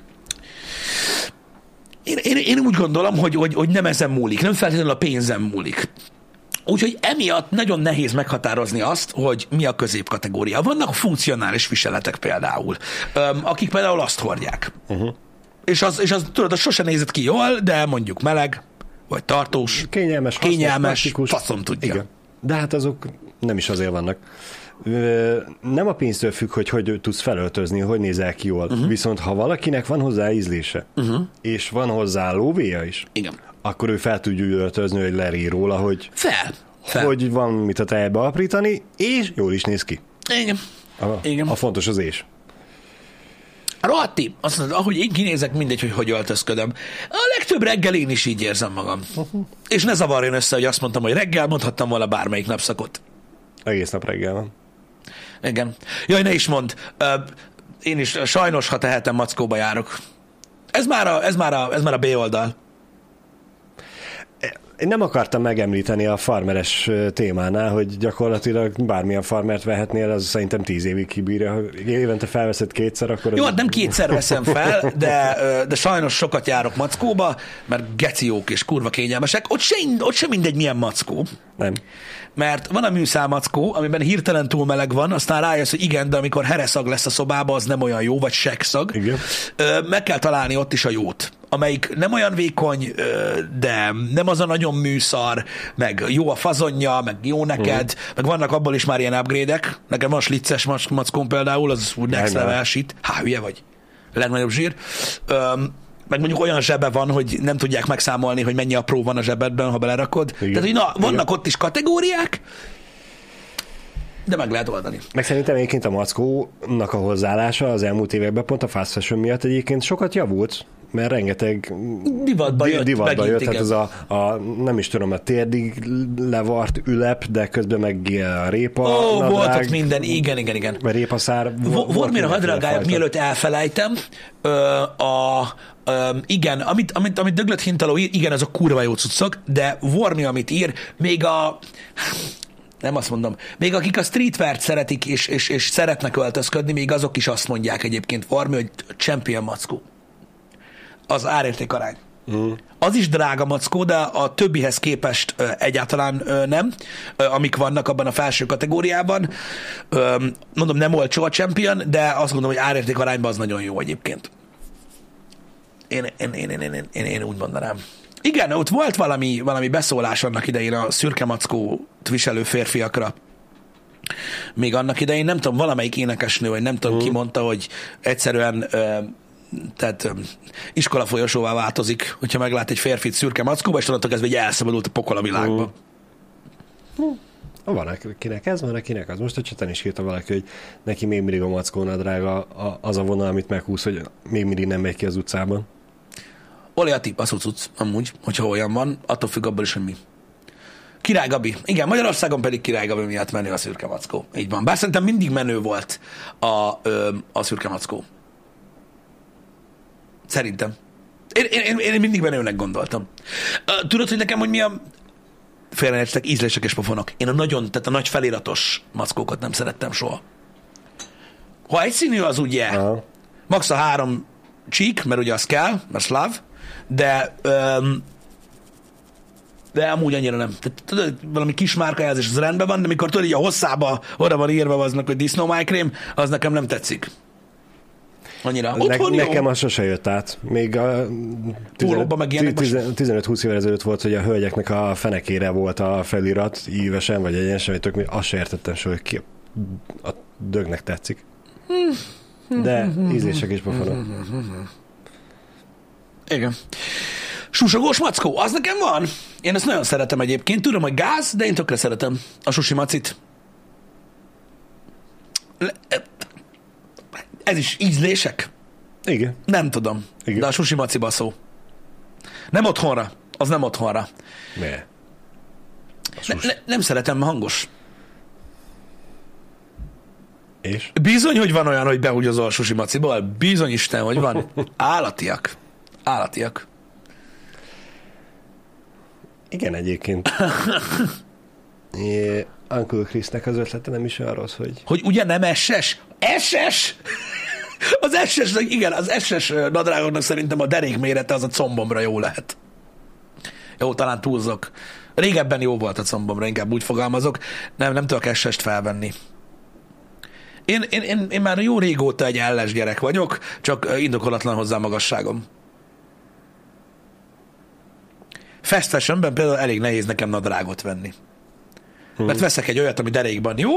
én úgy gondolom, hogy nem ezen múlik, nem feltétlenül a pénzem múlik. Úgyhogy emiatt nagyon nehéz meghatározni azt, hogy mi a középkategória. Vannak funkcionális viseletek például, akik például azt hordják. És az tudod, az sose nézett ki jól, de mondjuk meleg, vagy tartós, kényelmes, faszom tudja. Igen. De hát azok nem is azért vannak. Nem a pénztől függ, hogy tudsz felöltözni, hogy nézel ki jól. Viszont ha valakinek van hozzá ízlése, és van hozzá lóvéja is, igen, akkor ő fel tudja öltözni, hogy lerír róla, hogy hogy van mit a tejbe aprítani, és jól is néz ki. Igen. A fontos az és. Rohatti, azt mondod, ahogy én kinézek, mindegy, hogy öltözködöm. A legtöbb reggel én is így érzem magam. És ne zavarjon össze, hogy azt mondtam, hogy reggel mondhattam volna bármelyik napszakot. Egész nap reggel van. Igen. Jaj, ne is mondd. Én is sajnos, ha tehetem, mackóba járok. Ez már a B oldal. Én nem akartam megemlíteni a farmeres témánál, hogy gyakorlatilag bármilyen farmert vehetnél, az szerintem 10 évig kibírja. Ha évente felveszed kétszer, akkor... Jó, hát nem kétszer veszem fel, de sajnos sokat járok mackóba, mert geciók és kurva kényelmesek. Ott sem mindegy, milyen mackó. Nem. Mert van a műszálmackó, amiben hirtelen túl meleg van, aztán rájössz, hogy igen, de amikor hereszag lesz a szobába, az nem olyan jó, vagy sekszag. Igen. Meg kell találni ott is a jót, amelyik nem olyan vékony, de nem az a nagyon műszar, meg jó a fazonja, meg jó neked, meg vannak abból is már ilyen upgrade-ek. Nekem van slicces mackón például, az úgy next level shit. Hülye vagy. Legnagyobb zsír. Meg mondjuk olyan zsebe van, hogy nem tudják megszámolni, hogy mennyi apró van a zsebedben, ha belerakod. Igen. Tehát, hogy na, vannak ott is kategóriák, de meg lehet oldani. Meg szerintem egyébként a mackónak a hozzáállása az elmúlt években pont a fast fashion miatt egyébként sokat javult, mert rengeteg divatba jött tehát ez a nem is tudom, a térdig levart ülep, de közben meg a répa nadrág. Volt ott minden, igen. A répaszár. Vormira hadd reagáljak, mielőtt elfelejtem. Igen, amit Döglött Hintaló ír, igen, ez a kurva jó cuccok, de Vormi, amit ír, még nem azt mondom, még akik a streetwear-t szeretik és szeretnek öltözködni, még azok is azt mondják egyébként Vormi, hogy champion mackó. Az árérték arány. Az is drága mackó, de a többihez képest egyáltalán nem, amik vannak abban a felső kategóriában. Mondom, nem olcsó a Champion, de azt gondolom, hogy árérték arányban az nagyon jó egyébként. Én úgy mondanám. Igen, ott volt valami beszólás annak idején a szürke mackót viselő férfiakra. Még annak idején, nem tudom, valamelyik énekesnő, vagy nem tudom, ki mondta, hogy egyszerűen tehát iskolafolyosóvá változik, hogyha meglát egy férfit szürke mackóba, és onnantól kezdve, hogy elszabadult a pokol a világba. Van akinek ez, van akinek az. Most a cseten is írta valaki, hogy neki még mindig a mackóna drága az a vonal, amit meghúz, hogy még mindig nem megy ki az utcában. Oli a tipp, cucc, amúgy, hogyha olyan van, attól függ abból is, hogy mi. Király Gabi. Igen, Magyarországon pedig Király Gabi miatt menő a szürke mackó. Így van. Bár szerintem mindig menő volt a szürke mackó. Szerintem. Én mindig menőnek gondoltam. Tudod, hogy nekem, hogy mi a félreértsetek, ízlések és pofonok. Én tehát a nagy feliratos mackókat nem szerettem soha. Ha egyszínű, az ugye max a 3 csík, mert ugye az kell, mert szláv, de amúgy annyira nem. Tehát, tudod, valami kis márkajelzés, az rendben van, de mikor tudod, így a hosszába oda van írva aznak, hogy disznómájkrém, az nekem nem tetszik. Annyira. Nekem az sose jött át. Még a 15-20 évvel ezelőtt volt, hogy a hölgyeknek a fenekére volt a felirat ívesen, vagy egyenesen, vagy tök, azt se értettem soha, hogy ki a dögnek tetszik. De ízlések is pofonok. Igen. Susogós mackó, az nekem van. Én ezt nagyon szeretem egyébként. Tudom, hogy gáz, de én tökre szeretem a sushi macit. Ez is ízlések? Igen. Nem tudom. Igen. De a sushi maci baszó. Nem otthonra. Az nem otthonra. Miért? Nem szeretem, hangos. És? Bizony, hogy van olyan, hogy behúgyozol a sushi maciból. Bizony Isten, hogy van. Állatiak. Igen, egyébként. Uncle Chrisnek az ötlete nem is olyan rossz, hogy... Hogy ugye nem SS? SS? Az SS, igen, az SS nadrágoknak szerintem a derék mérete az a combomra jó lehet. Jó, talán túlzok. Régebben jó volt a combomra, inkább úgy fogalmazok. Nem tudok SS-t felvenni. Én már jó régóta egy elles gyerek vagyok, csak indokolatlan hozzá magasságom. Fast fashionben például elég nehéz nekem nadrágot venni. Mert veszek egy olyat, ami derékban jó,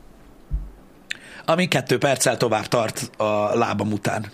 ami 2 perccel tovább tart a lábam után.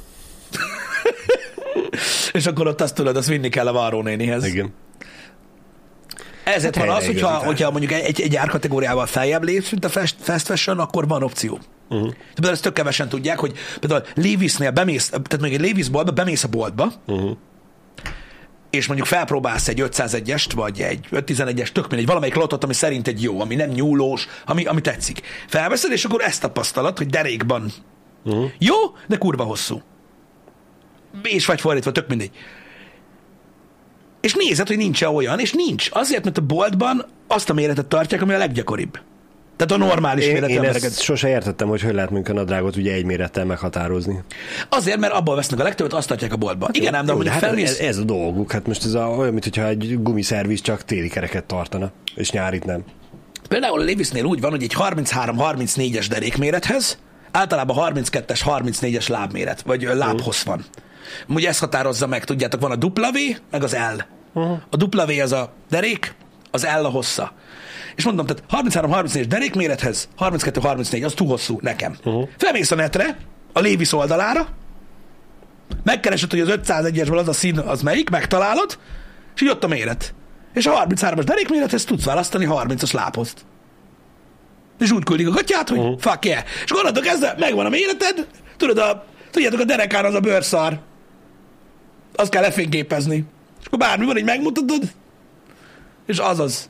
És akkor ott azt tudod, azt vinni kell a varrónénihez. Igen. Ezért van az, hogyha mondjuk egy árkategóriával feljebb lépsz, mint a fast fashion, akkor van opció. Például ezt tök kevesen tudják, hogy például Levi'snél bemész, tehát még egy Levi's boltba, bemész a boltba, és mondjuk felpróbálsz egy 501-est, vagy egy 511-est, tök mindegy, valamelyik lotot, ami szerint egy jó, ami nem nyúlós, ami tetszik. Felveszed, és akkor ezt tapasztalat, hogy derékban jó, de kurva hosszú. És vagy fordítva, tök mindegy. és nézed, hogy nincs olyan, és nincs. Azért, mert a boltban azt a méretet tartják, ami a leggyakoribb. Tehát a normális méretű embereket. Ezt sose értettem, hogy lehet mondjuk a nadrágot ugye egy mérettel meghatározni. Azért, mert abból vesznek a legtöbbet, azt tartják a boltban. Igen, ám, de mondjuk hát felmész... ez a dolguk. Hát most ez olyan, mintha egy gumiszerviz csak téli kereket tartana, és nyárit nem. Például a Levi'snél úgy van, hogy egy 33-34-es derékmérethez általában 32-es, 34-es lábméret, vagy lábhossz van. Ugye ezt határozza meg, tudjátok, van a W, meg az L. A W az a derék, az L a hossza. És mondom, tehát 33-34-es derékmérethez 32-34, az túl hosszú nekem. Felmész a netre, a Levi's oldalára, megkeresed, hogy az 501-esből az a szín, az melyik, megtalálod, és így ott a méret. És a 33-as derékmérethez tudsz választani 30-as lábhozt. És úgy küldik a gatyát, hogy fuck yeah. És gondoltok, ezzel megvan a méreted, tudjátok, a derekán az a bőrszar. Azt kell lefényképezni. És akkor bármi van, így megmutatod, és azaz.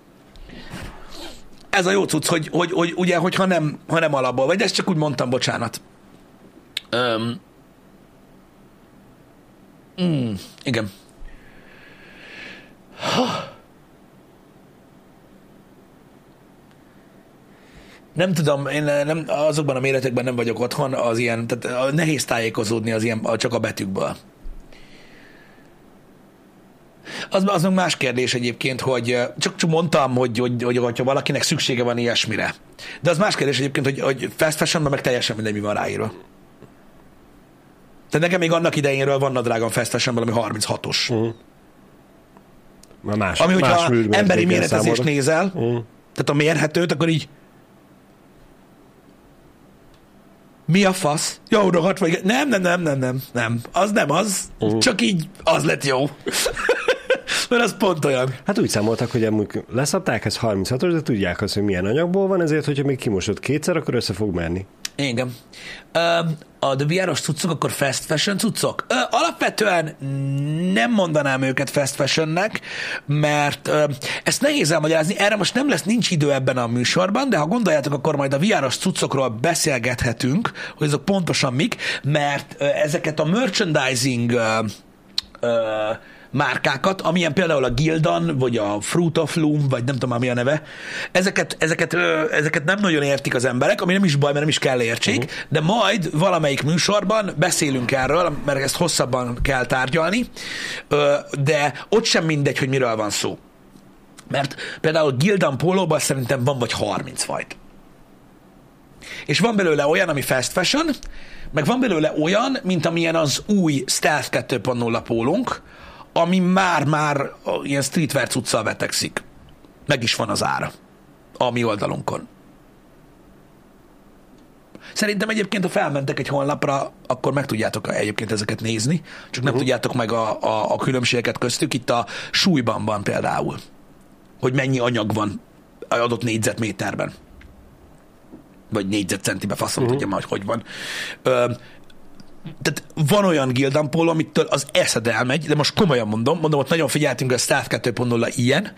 Ez a jó cucc, hogy ugye, hogyha nem alapból, vagy ezt csak úgy mondtam, bocsánat. Igen. Nem tudom, én nem, azokban a méretekben nem vagyok otthon, az ilyen, tehát nehéz tájékozódni az ilyen, csak a betűkből. Az meg más kérdés egyébként, hogy csak mondtam, hogy valakinek szüksége van ilyesmire. De az más kérdés egyébként, hogy fast fashionban meg teljesen mindegy, mi van ráírva. Tehát nekem még annak idejénről van nadrágom fast fashionban, ami 36-os. Ami, hogyha emberi méretezést nézel, tehát a mérhetőt, akkor így mi a fasz? Jó, rohadt vagy. Nem. Az nem az. Csak így az lett jó. Mert az pont olyan. Hát úgy számoltak, hogy amúgy leszabták, ez 36-os, de tudják azt, hogy milyen anyagból van, ezért, hogyha még kimosod kétszer, akkor össze fog menni. Igen. A VR-os cuccok, akkor fast fashion cuccok? Alapvetően nem mondanám őket fast fashionnek, mert ezt nehéz elmagyarázni. Erre most nincs idő ebben a műsorban, de ha gondoljátok, akkor majd a VR-os cuccokról beszélgethetünk, hogy azok pontosan mik, mert ezeket a merchandising márkákat, amilyen például a Gildan, vagy a Fruit of Loom, vagy nem tudom már mi a neve, ezeket nem nagyon értik az emberek, ami nem is baj, mert nem is kell értsék, de majd valamelyik műsorban beszélünk erről, mert ezt hosszabban kell tárgyalni, de ott sem mindegy, hogy miről van szó. Mert például Gildan pólóban szerintem van vagy 30 fajta. És van belőle olyan, ami fast fashion, meg van belőle olyan, mint amilyen az új Stealth 2.0 pólónk, ami már ilyen streetwear cuccal vetekszik. Meg is van az ára a mi oldalunkon. Szerintem egyébként, ha felmentek egy honlapra, akkor meg tudjátok egyébként ezeket nézni, csak nem tudjátok meg a különbségeket köztük. Itt a súlyban van például, hogy mennyi anyag van adott négyzetméterben. Vagy négyzetcentibe, faszom tudja már, hogy van. Tehát van olyan Gildan póló, amitől az eszed elmegy, de most komolyan mondom, ott nagyon figyeltünk, a Stealth 2.0 ilyen,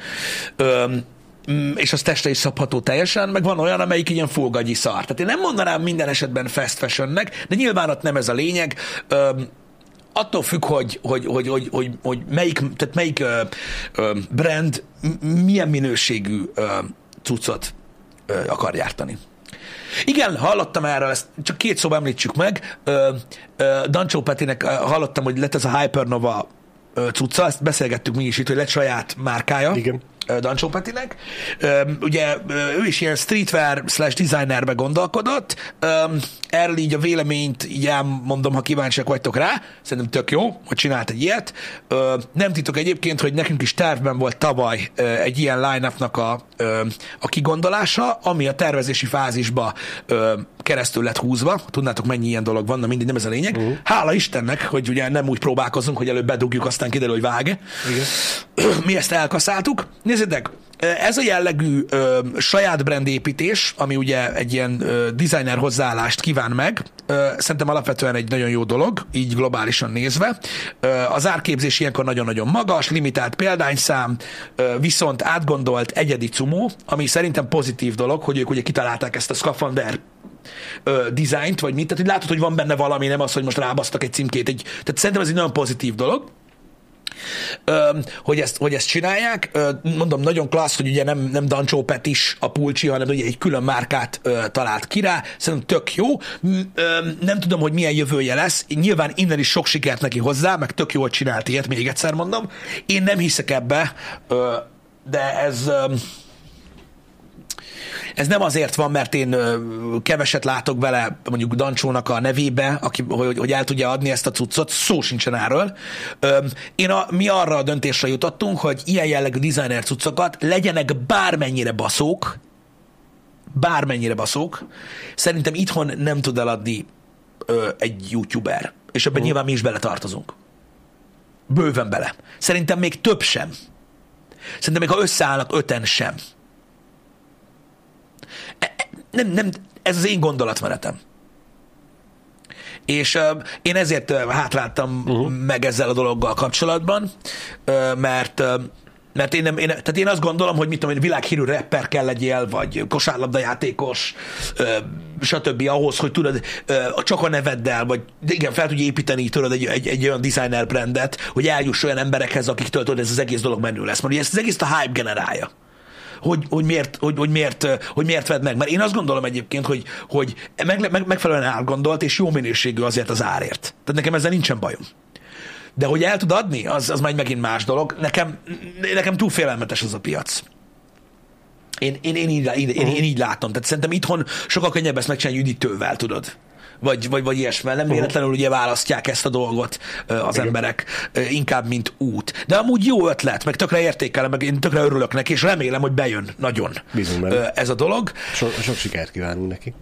és az testre is szabható teljesen, meg van olyan, amelyik ilyen full gagyi szar. Tehát én nem mondanám minden esetben fast fashionnek, de nyilván ott nem ez a lényeg. Attól függ, hogy melyik brand milyen minőségű cuccot akar gyártani. Igen, hallottam erről, ezt csak két szóba említsük meg. Dancsó Petinek hallottam, hogy lett ez a Hypernova cucca, ezt beszélgettük mi is itt, hogy lett saját márkája. Igen. Dancsó Petinek. Ugye ő is ilyen streetwear / designerbe gondolkodott. Erről így a véleményt így elmondom, ha kíváncsiak vagytok rá. Szerintem tök jó, hogy csinált egy ilyet. Nem titok egyébként, hogy nekünk is tervben volt tavaly egy ilyen line-upnak a kigondolása, ami a tervezési fázisba keresztül lett húzva. Tudnátok, mennyi ilyen dolog van, de mindig nem ez a lényeg. Hála Istennek, hogy ugye nem úgy próbálkozunk, hogy előbb bedugjuk, aztán kiderül, hogy vág. Mi ezt elkaszáltuk. Nézzétek, ez a jellegű saját brand építés, ami ugye egy ilyen designer hozzáállást kíván meg, szerintem alapvetően egy nagyon jó dolog, így globálisan nézve. Az árképzés ilyenkor nagyon-nagyon magas, limitált példányszám, viszont átgondolt egyedi cumó, ami szerintem pozitív dolog, hogy ők ugye kitalálták ezt a szkafander dizájnt, vagy mit, tehát hogy látod, hogy van benne valami, nem az, hogy most rábasztak egy címkét. Tehát szerintem ez egy nagyon pozitív dolog. hogy ezt csinálják. Mondom, nagyon klassz, hogy ugye nem Dancsó Petis a pulcsi, hanem ugye egy külön márkát talált ki rá. Szerintem tök jó. Nem tudom, hogy milyen jövője lesz. Nyilván innen is sok sikert neki hozzá, meg tök jól csinált ilyet, még egyszer mondom. Én nem hiszek ebbe, de ez nem azért van, mert én keveset látok bele mondjuk Dancsónak a nevébe, hogy el tudja adni ezt a cuccot, szó sincsen erről. Mi arra a döntésre jutottunk, hogy ilyen jellegű designer cuccokat legyenek bármennyire baszók, szerintem itthon nem tud eladni egy youtuber. És ebben nyilván mi is beletartozunk. Bőven bele. Szerintem még több sem. Szerintem még ha összeállnak 5-en sem. Nem, ez az én gondolatmenetem. És én ezért hátráltam meg ezzel a dologgal kapcsolatban, mert tehát én azt gondolom, hogy mit tudom én, világhírű rapper kell legyél, vagy kosárlabdajátékos, stb. Ahhoz, hogy tudod, csak a neveddel, vagy igen, fel tudj építeni, tudod, egy olyan designer brandet, hogy eljuss olyan emberekhez, akiktől tudod, ez az egész dolog menő lesz. Mert ugye ezt az egész a hype generálja. Hogy miért vedd meg. Mert én azt gondolom egyébként, hogy megfelelően átgondolt, és jó minőségű azért az árért. Tehát nekem ezzel nincsen bajom. De hogy el tud adni, az majd megint más dolog. Nekem túl félelmetes az a piac. Én így látom. Tehát szerintem itthon sokkal könnyebb ezt megcsinálni üdítővel, tudod. Vagy ilyesmi. Nem véletlenül ugye választják ezt a dolgot az emberek inkább, mint út. De amúgy jó ötlet, meg tökre értékelem, meg én tökre örülök neki, és remélem, hogy bejön nagyon ez a dolog. Sok sikert kívánunk neki.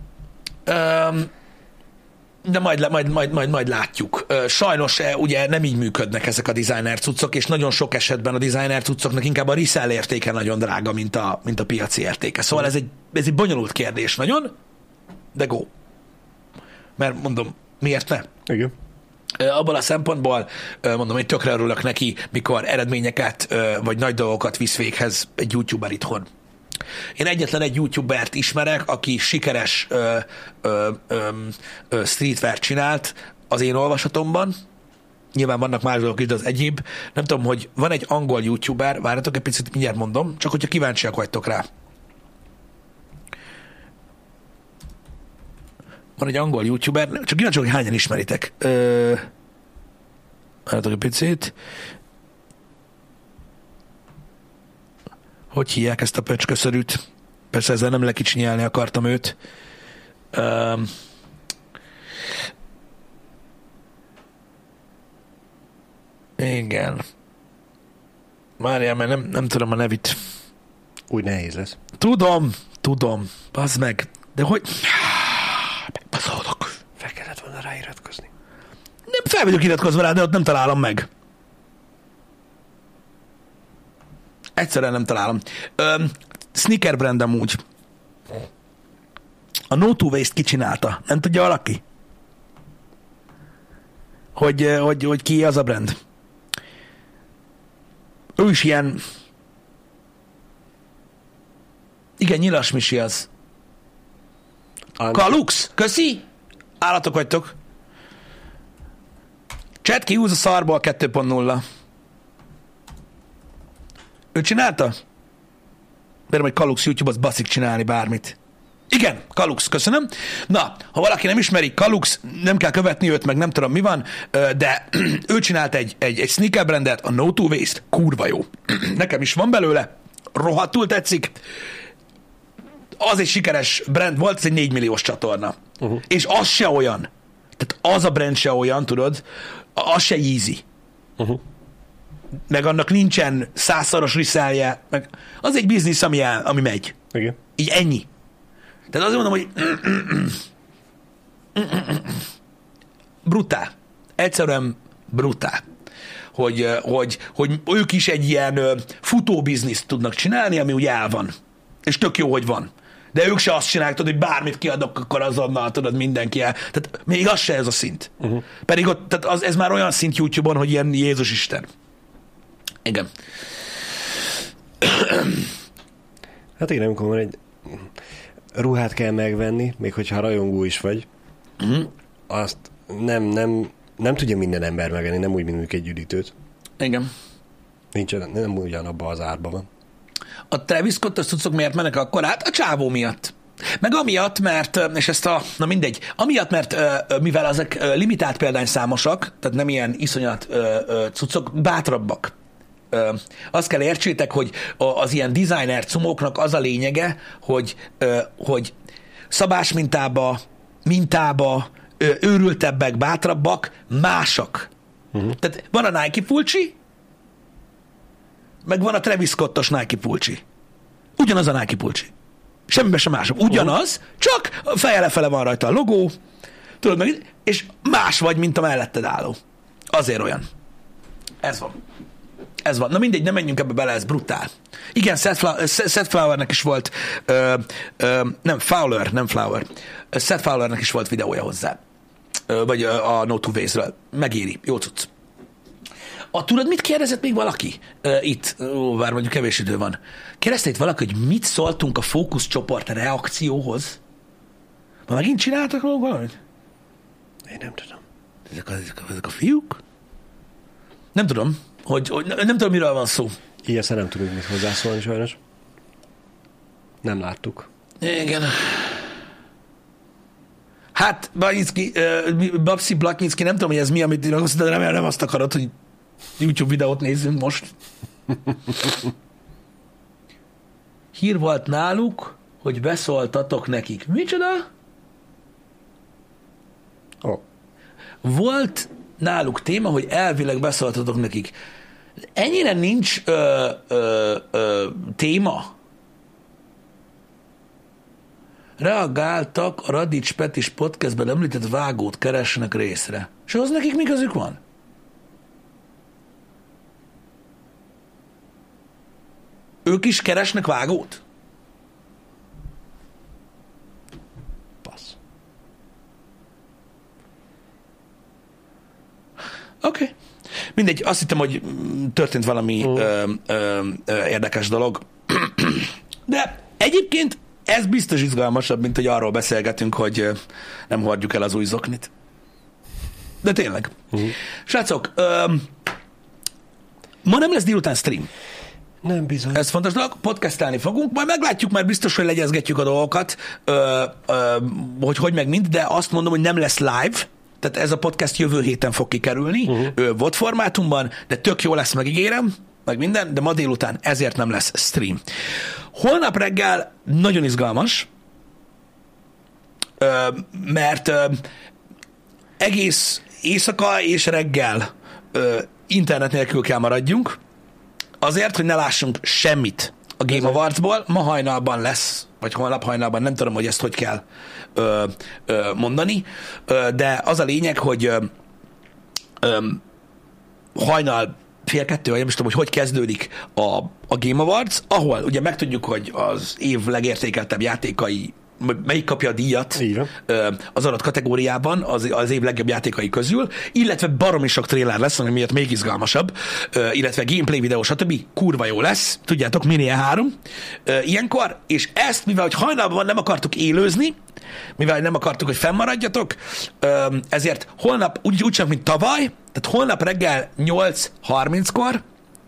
De majd látjuk. Sajnos ugye nem így működnek ezek a designer cuccok, és nagyon sok esetben a designer cuccoknak inkább a resell értéke nagyon drága, mint a piaci értéke. Szóval ez egy bonyolult kérdés nagyon, de go. Mert mondom, miért ne? Igen. Abban a szempontból mondom, hogy tökre örülök neki, mikor eredményeket vagy nagy dolgokat visz véghez egy youtuber itthon. Én egyetlen egy youtubert ismerek, aki sikeres streetwear csinált az én olvasatomban. Nyilván vannak más dolgok is, de az egyéb. Nem tudom, hogy van egy angol youtuber, várjatok egy picit, mindjárt mondom, csak hogyha kíváncsiak vagytok rá. Van egy angol youtuber, csak kíváncsiak, hogy hányan ismeritek. Várjatok egy picit. Hogy hívják ezt a pöcsköszörűt? Persze ezzel nem lekicsinyelni akartam őt. Igen. Várjál, mert nem tudom a nevét. Úgy nehéz lesz. Tudom. Bazd meg. De hogy... Megbaszolok. Fel kellett volna ráiratkozni. Nem fel vagyok iratkozva rá, de ott nem találom meg. Egyszerűen nem találom. Sneaker brand amúgy. A No To Waste kicsinálta. Nem tudja valaki? Hogy ki az a brand? Ő is ilyen... Igen, Nyilas Misi az. Kalux, köszi! Állatok vagytok. Chat kihúz a szarból 2.0. Ő csinálta? Bérem, hogy Kalux YouTube az baszik csinálni bármit. Igen, Kalux, köszönöm. Na, ha valaki nem ismeri, Kalux, nem kell követni őt, meg nem tudom mi van, de ő csinált egy sneaker brandet, a No To Waste, kurva jó. Nekem is van belőle, rohadtul tetszik. Az egy sikeres brand volt, ez egy 4 milliós csatorna. És az se olyan. Tehát az a brand se olyan, tudod, az se easy. Meg annak nincsen 100-szoros resellje, meg az egy biznisz, ami megy. Igen. Így ennyi. Tehát azért mondom, hogy brutál. Egyszerűen brutál. Hogy ők is egy ilyen futóbizniszt tudnak csinálni, ami úgy el van. És tök jó, hogy van. De ők se azt csinálják, tudod, hogy bármit kiadok, akkor azonnal tudod mindenki el. Tehát még az se ez a szint. Pedig ott, tehát ez már olyan szint YouTube-on, hogy ilyen Jézus Isten. Igen. Hát igen, amikor van egy ruhát kell megvenni, még hogyha rajongó is vagy, azt nem tudja minden ember megvenni, nem úgy, mint egy üdítőt. Igen. Nem ugyanabban az árban van. A Travis Scott-os cuccok miért mennek akkor át? A csávó miatt. Meg amiatt, mert, és ezt amiatt, mert mivel ezek limitált példányszámosak, tehát nem ilyen iszonyat cuccok, bátrabbak. Azt kell értsétek, hogy az ilyen designer cumóknak az a lényege, hogy szabás mintába, őrültebbek, bátrabbak, másak. Tehát van a Nike pulcsi, meg van a Travis Scott-os Nike pulcsi. Ugyanaz a Nike pulcsi. Semmiben sem másabb. Ugyanaz, csak feje lefele van rajta a logó, tudod meg, és más vagy, mint a melletted álló. Azért olyan. Ez van. Ez van. Na mindegy, nem menjünk ebbe bele, ez brutál. Igen, Seth Flowernek is volt, nem Flower. Seth Flowernek is volt videója hozzá. Vagy a No Two Ways-ről. Megéri. Jó cucc. Tudod, mit kérdezett még valaki? Itt, bár mondjuk kevés idő van. Kérdezte itt valaki, hogy mit szóltunk a fókuszcsoport reakcióhoz? Ma megint csináltak valamit? Én nem tudom. Ezek a fiúk? Nem tudom, nem tudom, miről van szó. Ilyen nem tudunk mit hozzászólni sajnos. Nem láttuk. Igen. Hát, Babsi Blatnyicki, nem tudom, hogy ez mi, amit én azt de remélem nem azt akarod, hogy YouTube videót nézzünk most. Hír volt náluk, hogy beszóltatok nekik. Micsoda? Oh. Volt náluk téma, hogy elvileg beszóltatok nekik. Ennyire nincs téma. Reagáltak a Radics Petis podcastben említett vágót keresnek részre. És az nekik mi közük van? Ők is keresnek vágót? Passz. Oké. Mindegy, azt hittem, hogy történt valami érdekes dolog. De egyébként ez biztos izgalmasabb, mint hogy arról beszélgetünk, hogy nem hordjuk el az új zoknit. De tényleg. Srácok, ma nem lesz délután stream. Nem bizony. Ez fontos dolog, podcastelni fogunk, majd meglátjuk, mert biztos, hogy legyezgetjük a dolgokat, hogy meg mind, de azt mondom, hogy nem lesz live, tehát ez a podcast jövő héten fog kikerülni, VOD formátumban, de tök jó lesz, megígérem, meg minden, de ma délután ezért nem lesz stream. Holnap reggel nagyon izgalmas, mert egész éjszaka és reggel internet nélkül kell maradjunk, azért, hogy ne lássunk semmit a Game Awards-ból. Ma hajnalban lesz, vagy holnap hajnalban, nem tudom, hogy ezt hogy kell mondani, de az a lényeg, hogy hajnal 1:30, vagy nem is tudom, hogy kezdődik a Game Awards, ahol ugye megtudjuk, hogy az év legértékeltebb játékai, melyik kapja a díjat az adott kategóriában, az év legjobb játékai közül, illetve baromi sok trailer lesz, ami miatt még izgalmasabb, illetve gameplay videó, stb. Kurva jó lesz, tudjátok, minél 3 ilyenkor, és ezt, mivel hogy hajnalban nem akartuk élőzni, mivel nem akartuk, hogy fennmaradjatok, ezért holnap, úgy sem, mint tavaly, tehát holnap reggel 8:30-kor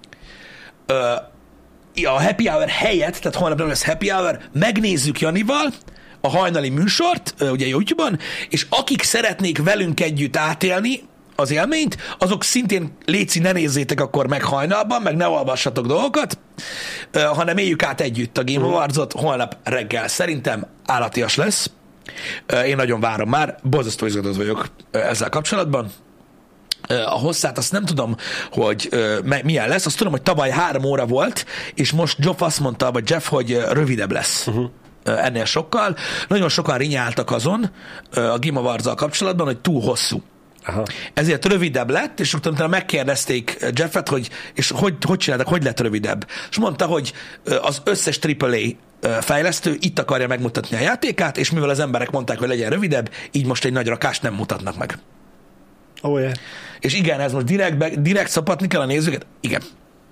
a happy hour helyett, tehát holnap nem lesz happy hour, megnézzük Janival a hajnali műsort, ugye YouTube-on, és akik szeretnék velünk együtt átélni az élményt, azok szintén léci, ne nézzétek akkor meg hajnalban, meg ne olvassatok dolgokat, hanem éljük át együtt a Game Awards-ot holnap reggel. Szerintem állatias lesz. Én nagyon várom már, borzasztó izgatott vagyok ezzel kapcsolatban. A hosszát azt nem tudom, hogy milyen lesz, azt tudom, hogy tavaly 3 óra volt, és most Geoff azt mondta, vagy Jeff, hogy rövidebb lesz ennél sokkal. Nagyon sokan rinyáltak azon a Game Awards-zal kapcsolatban, hogy túl hosszú. Aha. Ezért rövidebb lett, és utána megkérdezték Jeffet, hogy és hogy csináltak, hogy lett rövidebb. És mondta, hogy az összes AAA fejlesztő itt akarja megmutatni a játékát, és mivel az emberek mondták, hogy legyen rövidebb, így most egy nagy rakást nem mutatnak meg. Oh, yeah. És igen, ez most direkt szapatni kell a nézőket? Igen.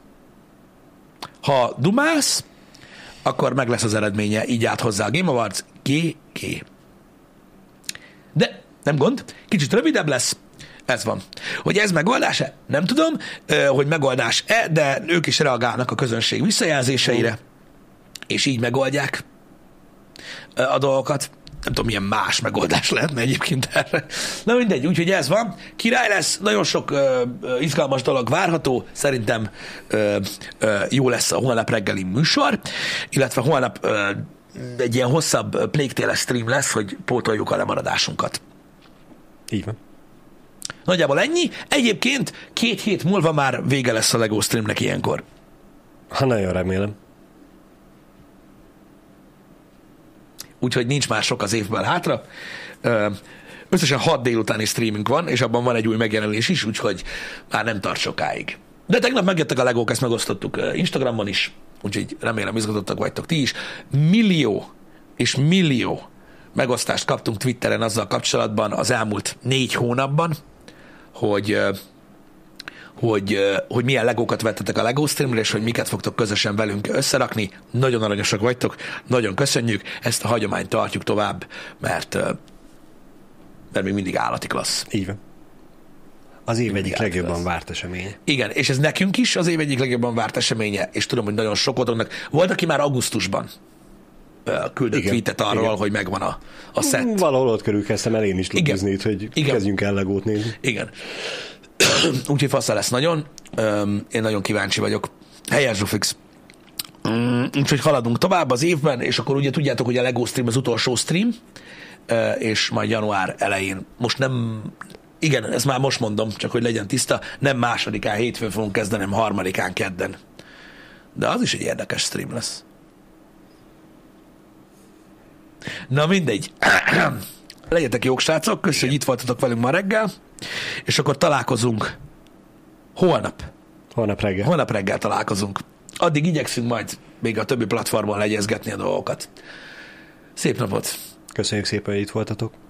Ha dumálsz, akkor meg lesz az eredménye, így át hozzá a Game Awards. GG. De nem gond, kicsit rövidebb lesz, Ez van. Hogy ez megoldás-e? Nem tudom, hogy megoldás-e, de ők is reagálnak a közönség visszajelzéseire, és így megoldják a dolgokat. Nem tudom, milyen más megoldás lehetne egyébként erre. Na mindegy, úgyhogy ez van. Király lesz, nagyon sok izgalmas dolog várható. Szerintem jó lesz a holnap reggeli műsor, illetve holnap egy ilyen hosszabb Plague Tale stream lesz, hogy pótoljuk a lemaradásunkat. Így van. Nagyjából ennyi. Egyébként 2 hét múlva már vége lesz a LEGO streamnek ilyenkor. Ha nagyon remélem. Úgyhogy nincs már sok az évben hátra. Összesen 6 délutáni streamünk van, és abban van egy új megjelenés is, úgyhogy már nem tart sokáig. De tegnap megjöttek a legók, ezt megosztottuk Instagramon is, úgyhogy remélem izgatottak vagytok ti is. Millió és millió megosztást kaptunk Twitteren azzal kapcsolatban az elmúlt 4 hónapban, hogy milyen legókat vettetek a LEGO streamre, és hogy miket fogtok közösen velünk összerakni. Nagyon aranyosak vagytok, nagyon köszönjük, ezt a hagyományt tartjuk tovább, mert még mindig állati klassz. Így van. Az év egyik legjobban várt eseménye. Igen, és ez nekünk is az év egyik legjobban várt eseménye, és tudom, hogy nagyon sok odognak. Volt, aki már augusztusban küldött tweetet arról, hogy megvan a set. Valahol ott körül kezdtem el én is lobbizni, hogy kezdjünk el legót nézni. Igen. Úgyhogy fasza lesz nagyon. Én nagyon kíváncsi vagyok. Helyes, Zsufix. Úgyhogy haladunk tovább az évben, és akkor ugye tudjátok, hogy a LEGO stream az utolsó stream, és majd január elején. Most nem... Igen, ezt már most mondom, csak hogy legyen tiszta, nem 2-án hétfőn fogunk kezdeni, hanem 3-án kedden. De az is egy érdekes stream lesz. Na mindegy. Legyetek jók, srácok, köszönjük, hogy itt voltatok velünk ma reggel, és akkor találkozunk holnap. Holnap reggel találkozunk. Addig igyekszünk majd még a többi platformon legyezgetni a dolgokat. Szép napot! Köszönjük szépen, hogy itt voltatok.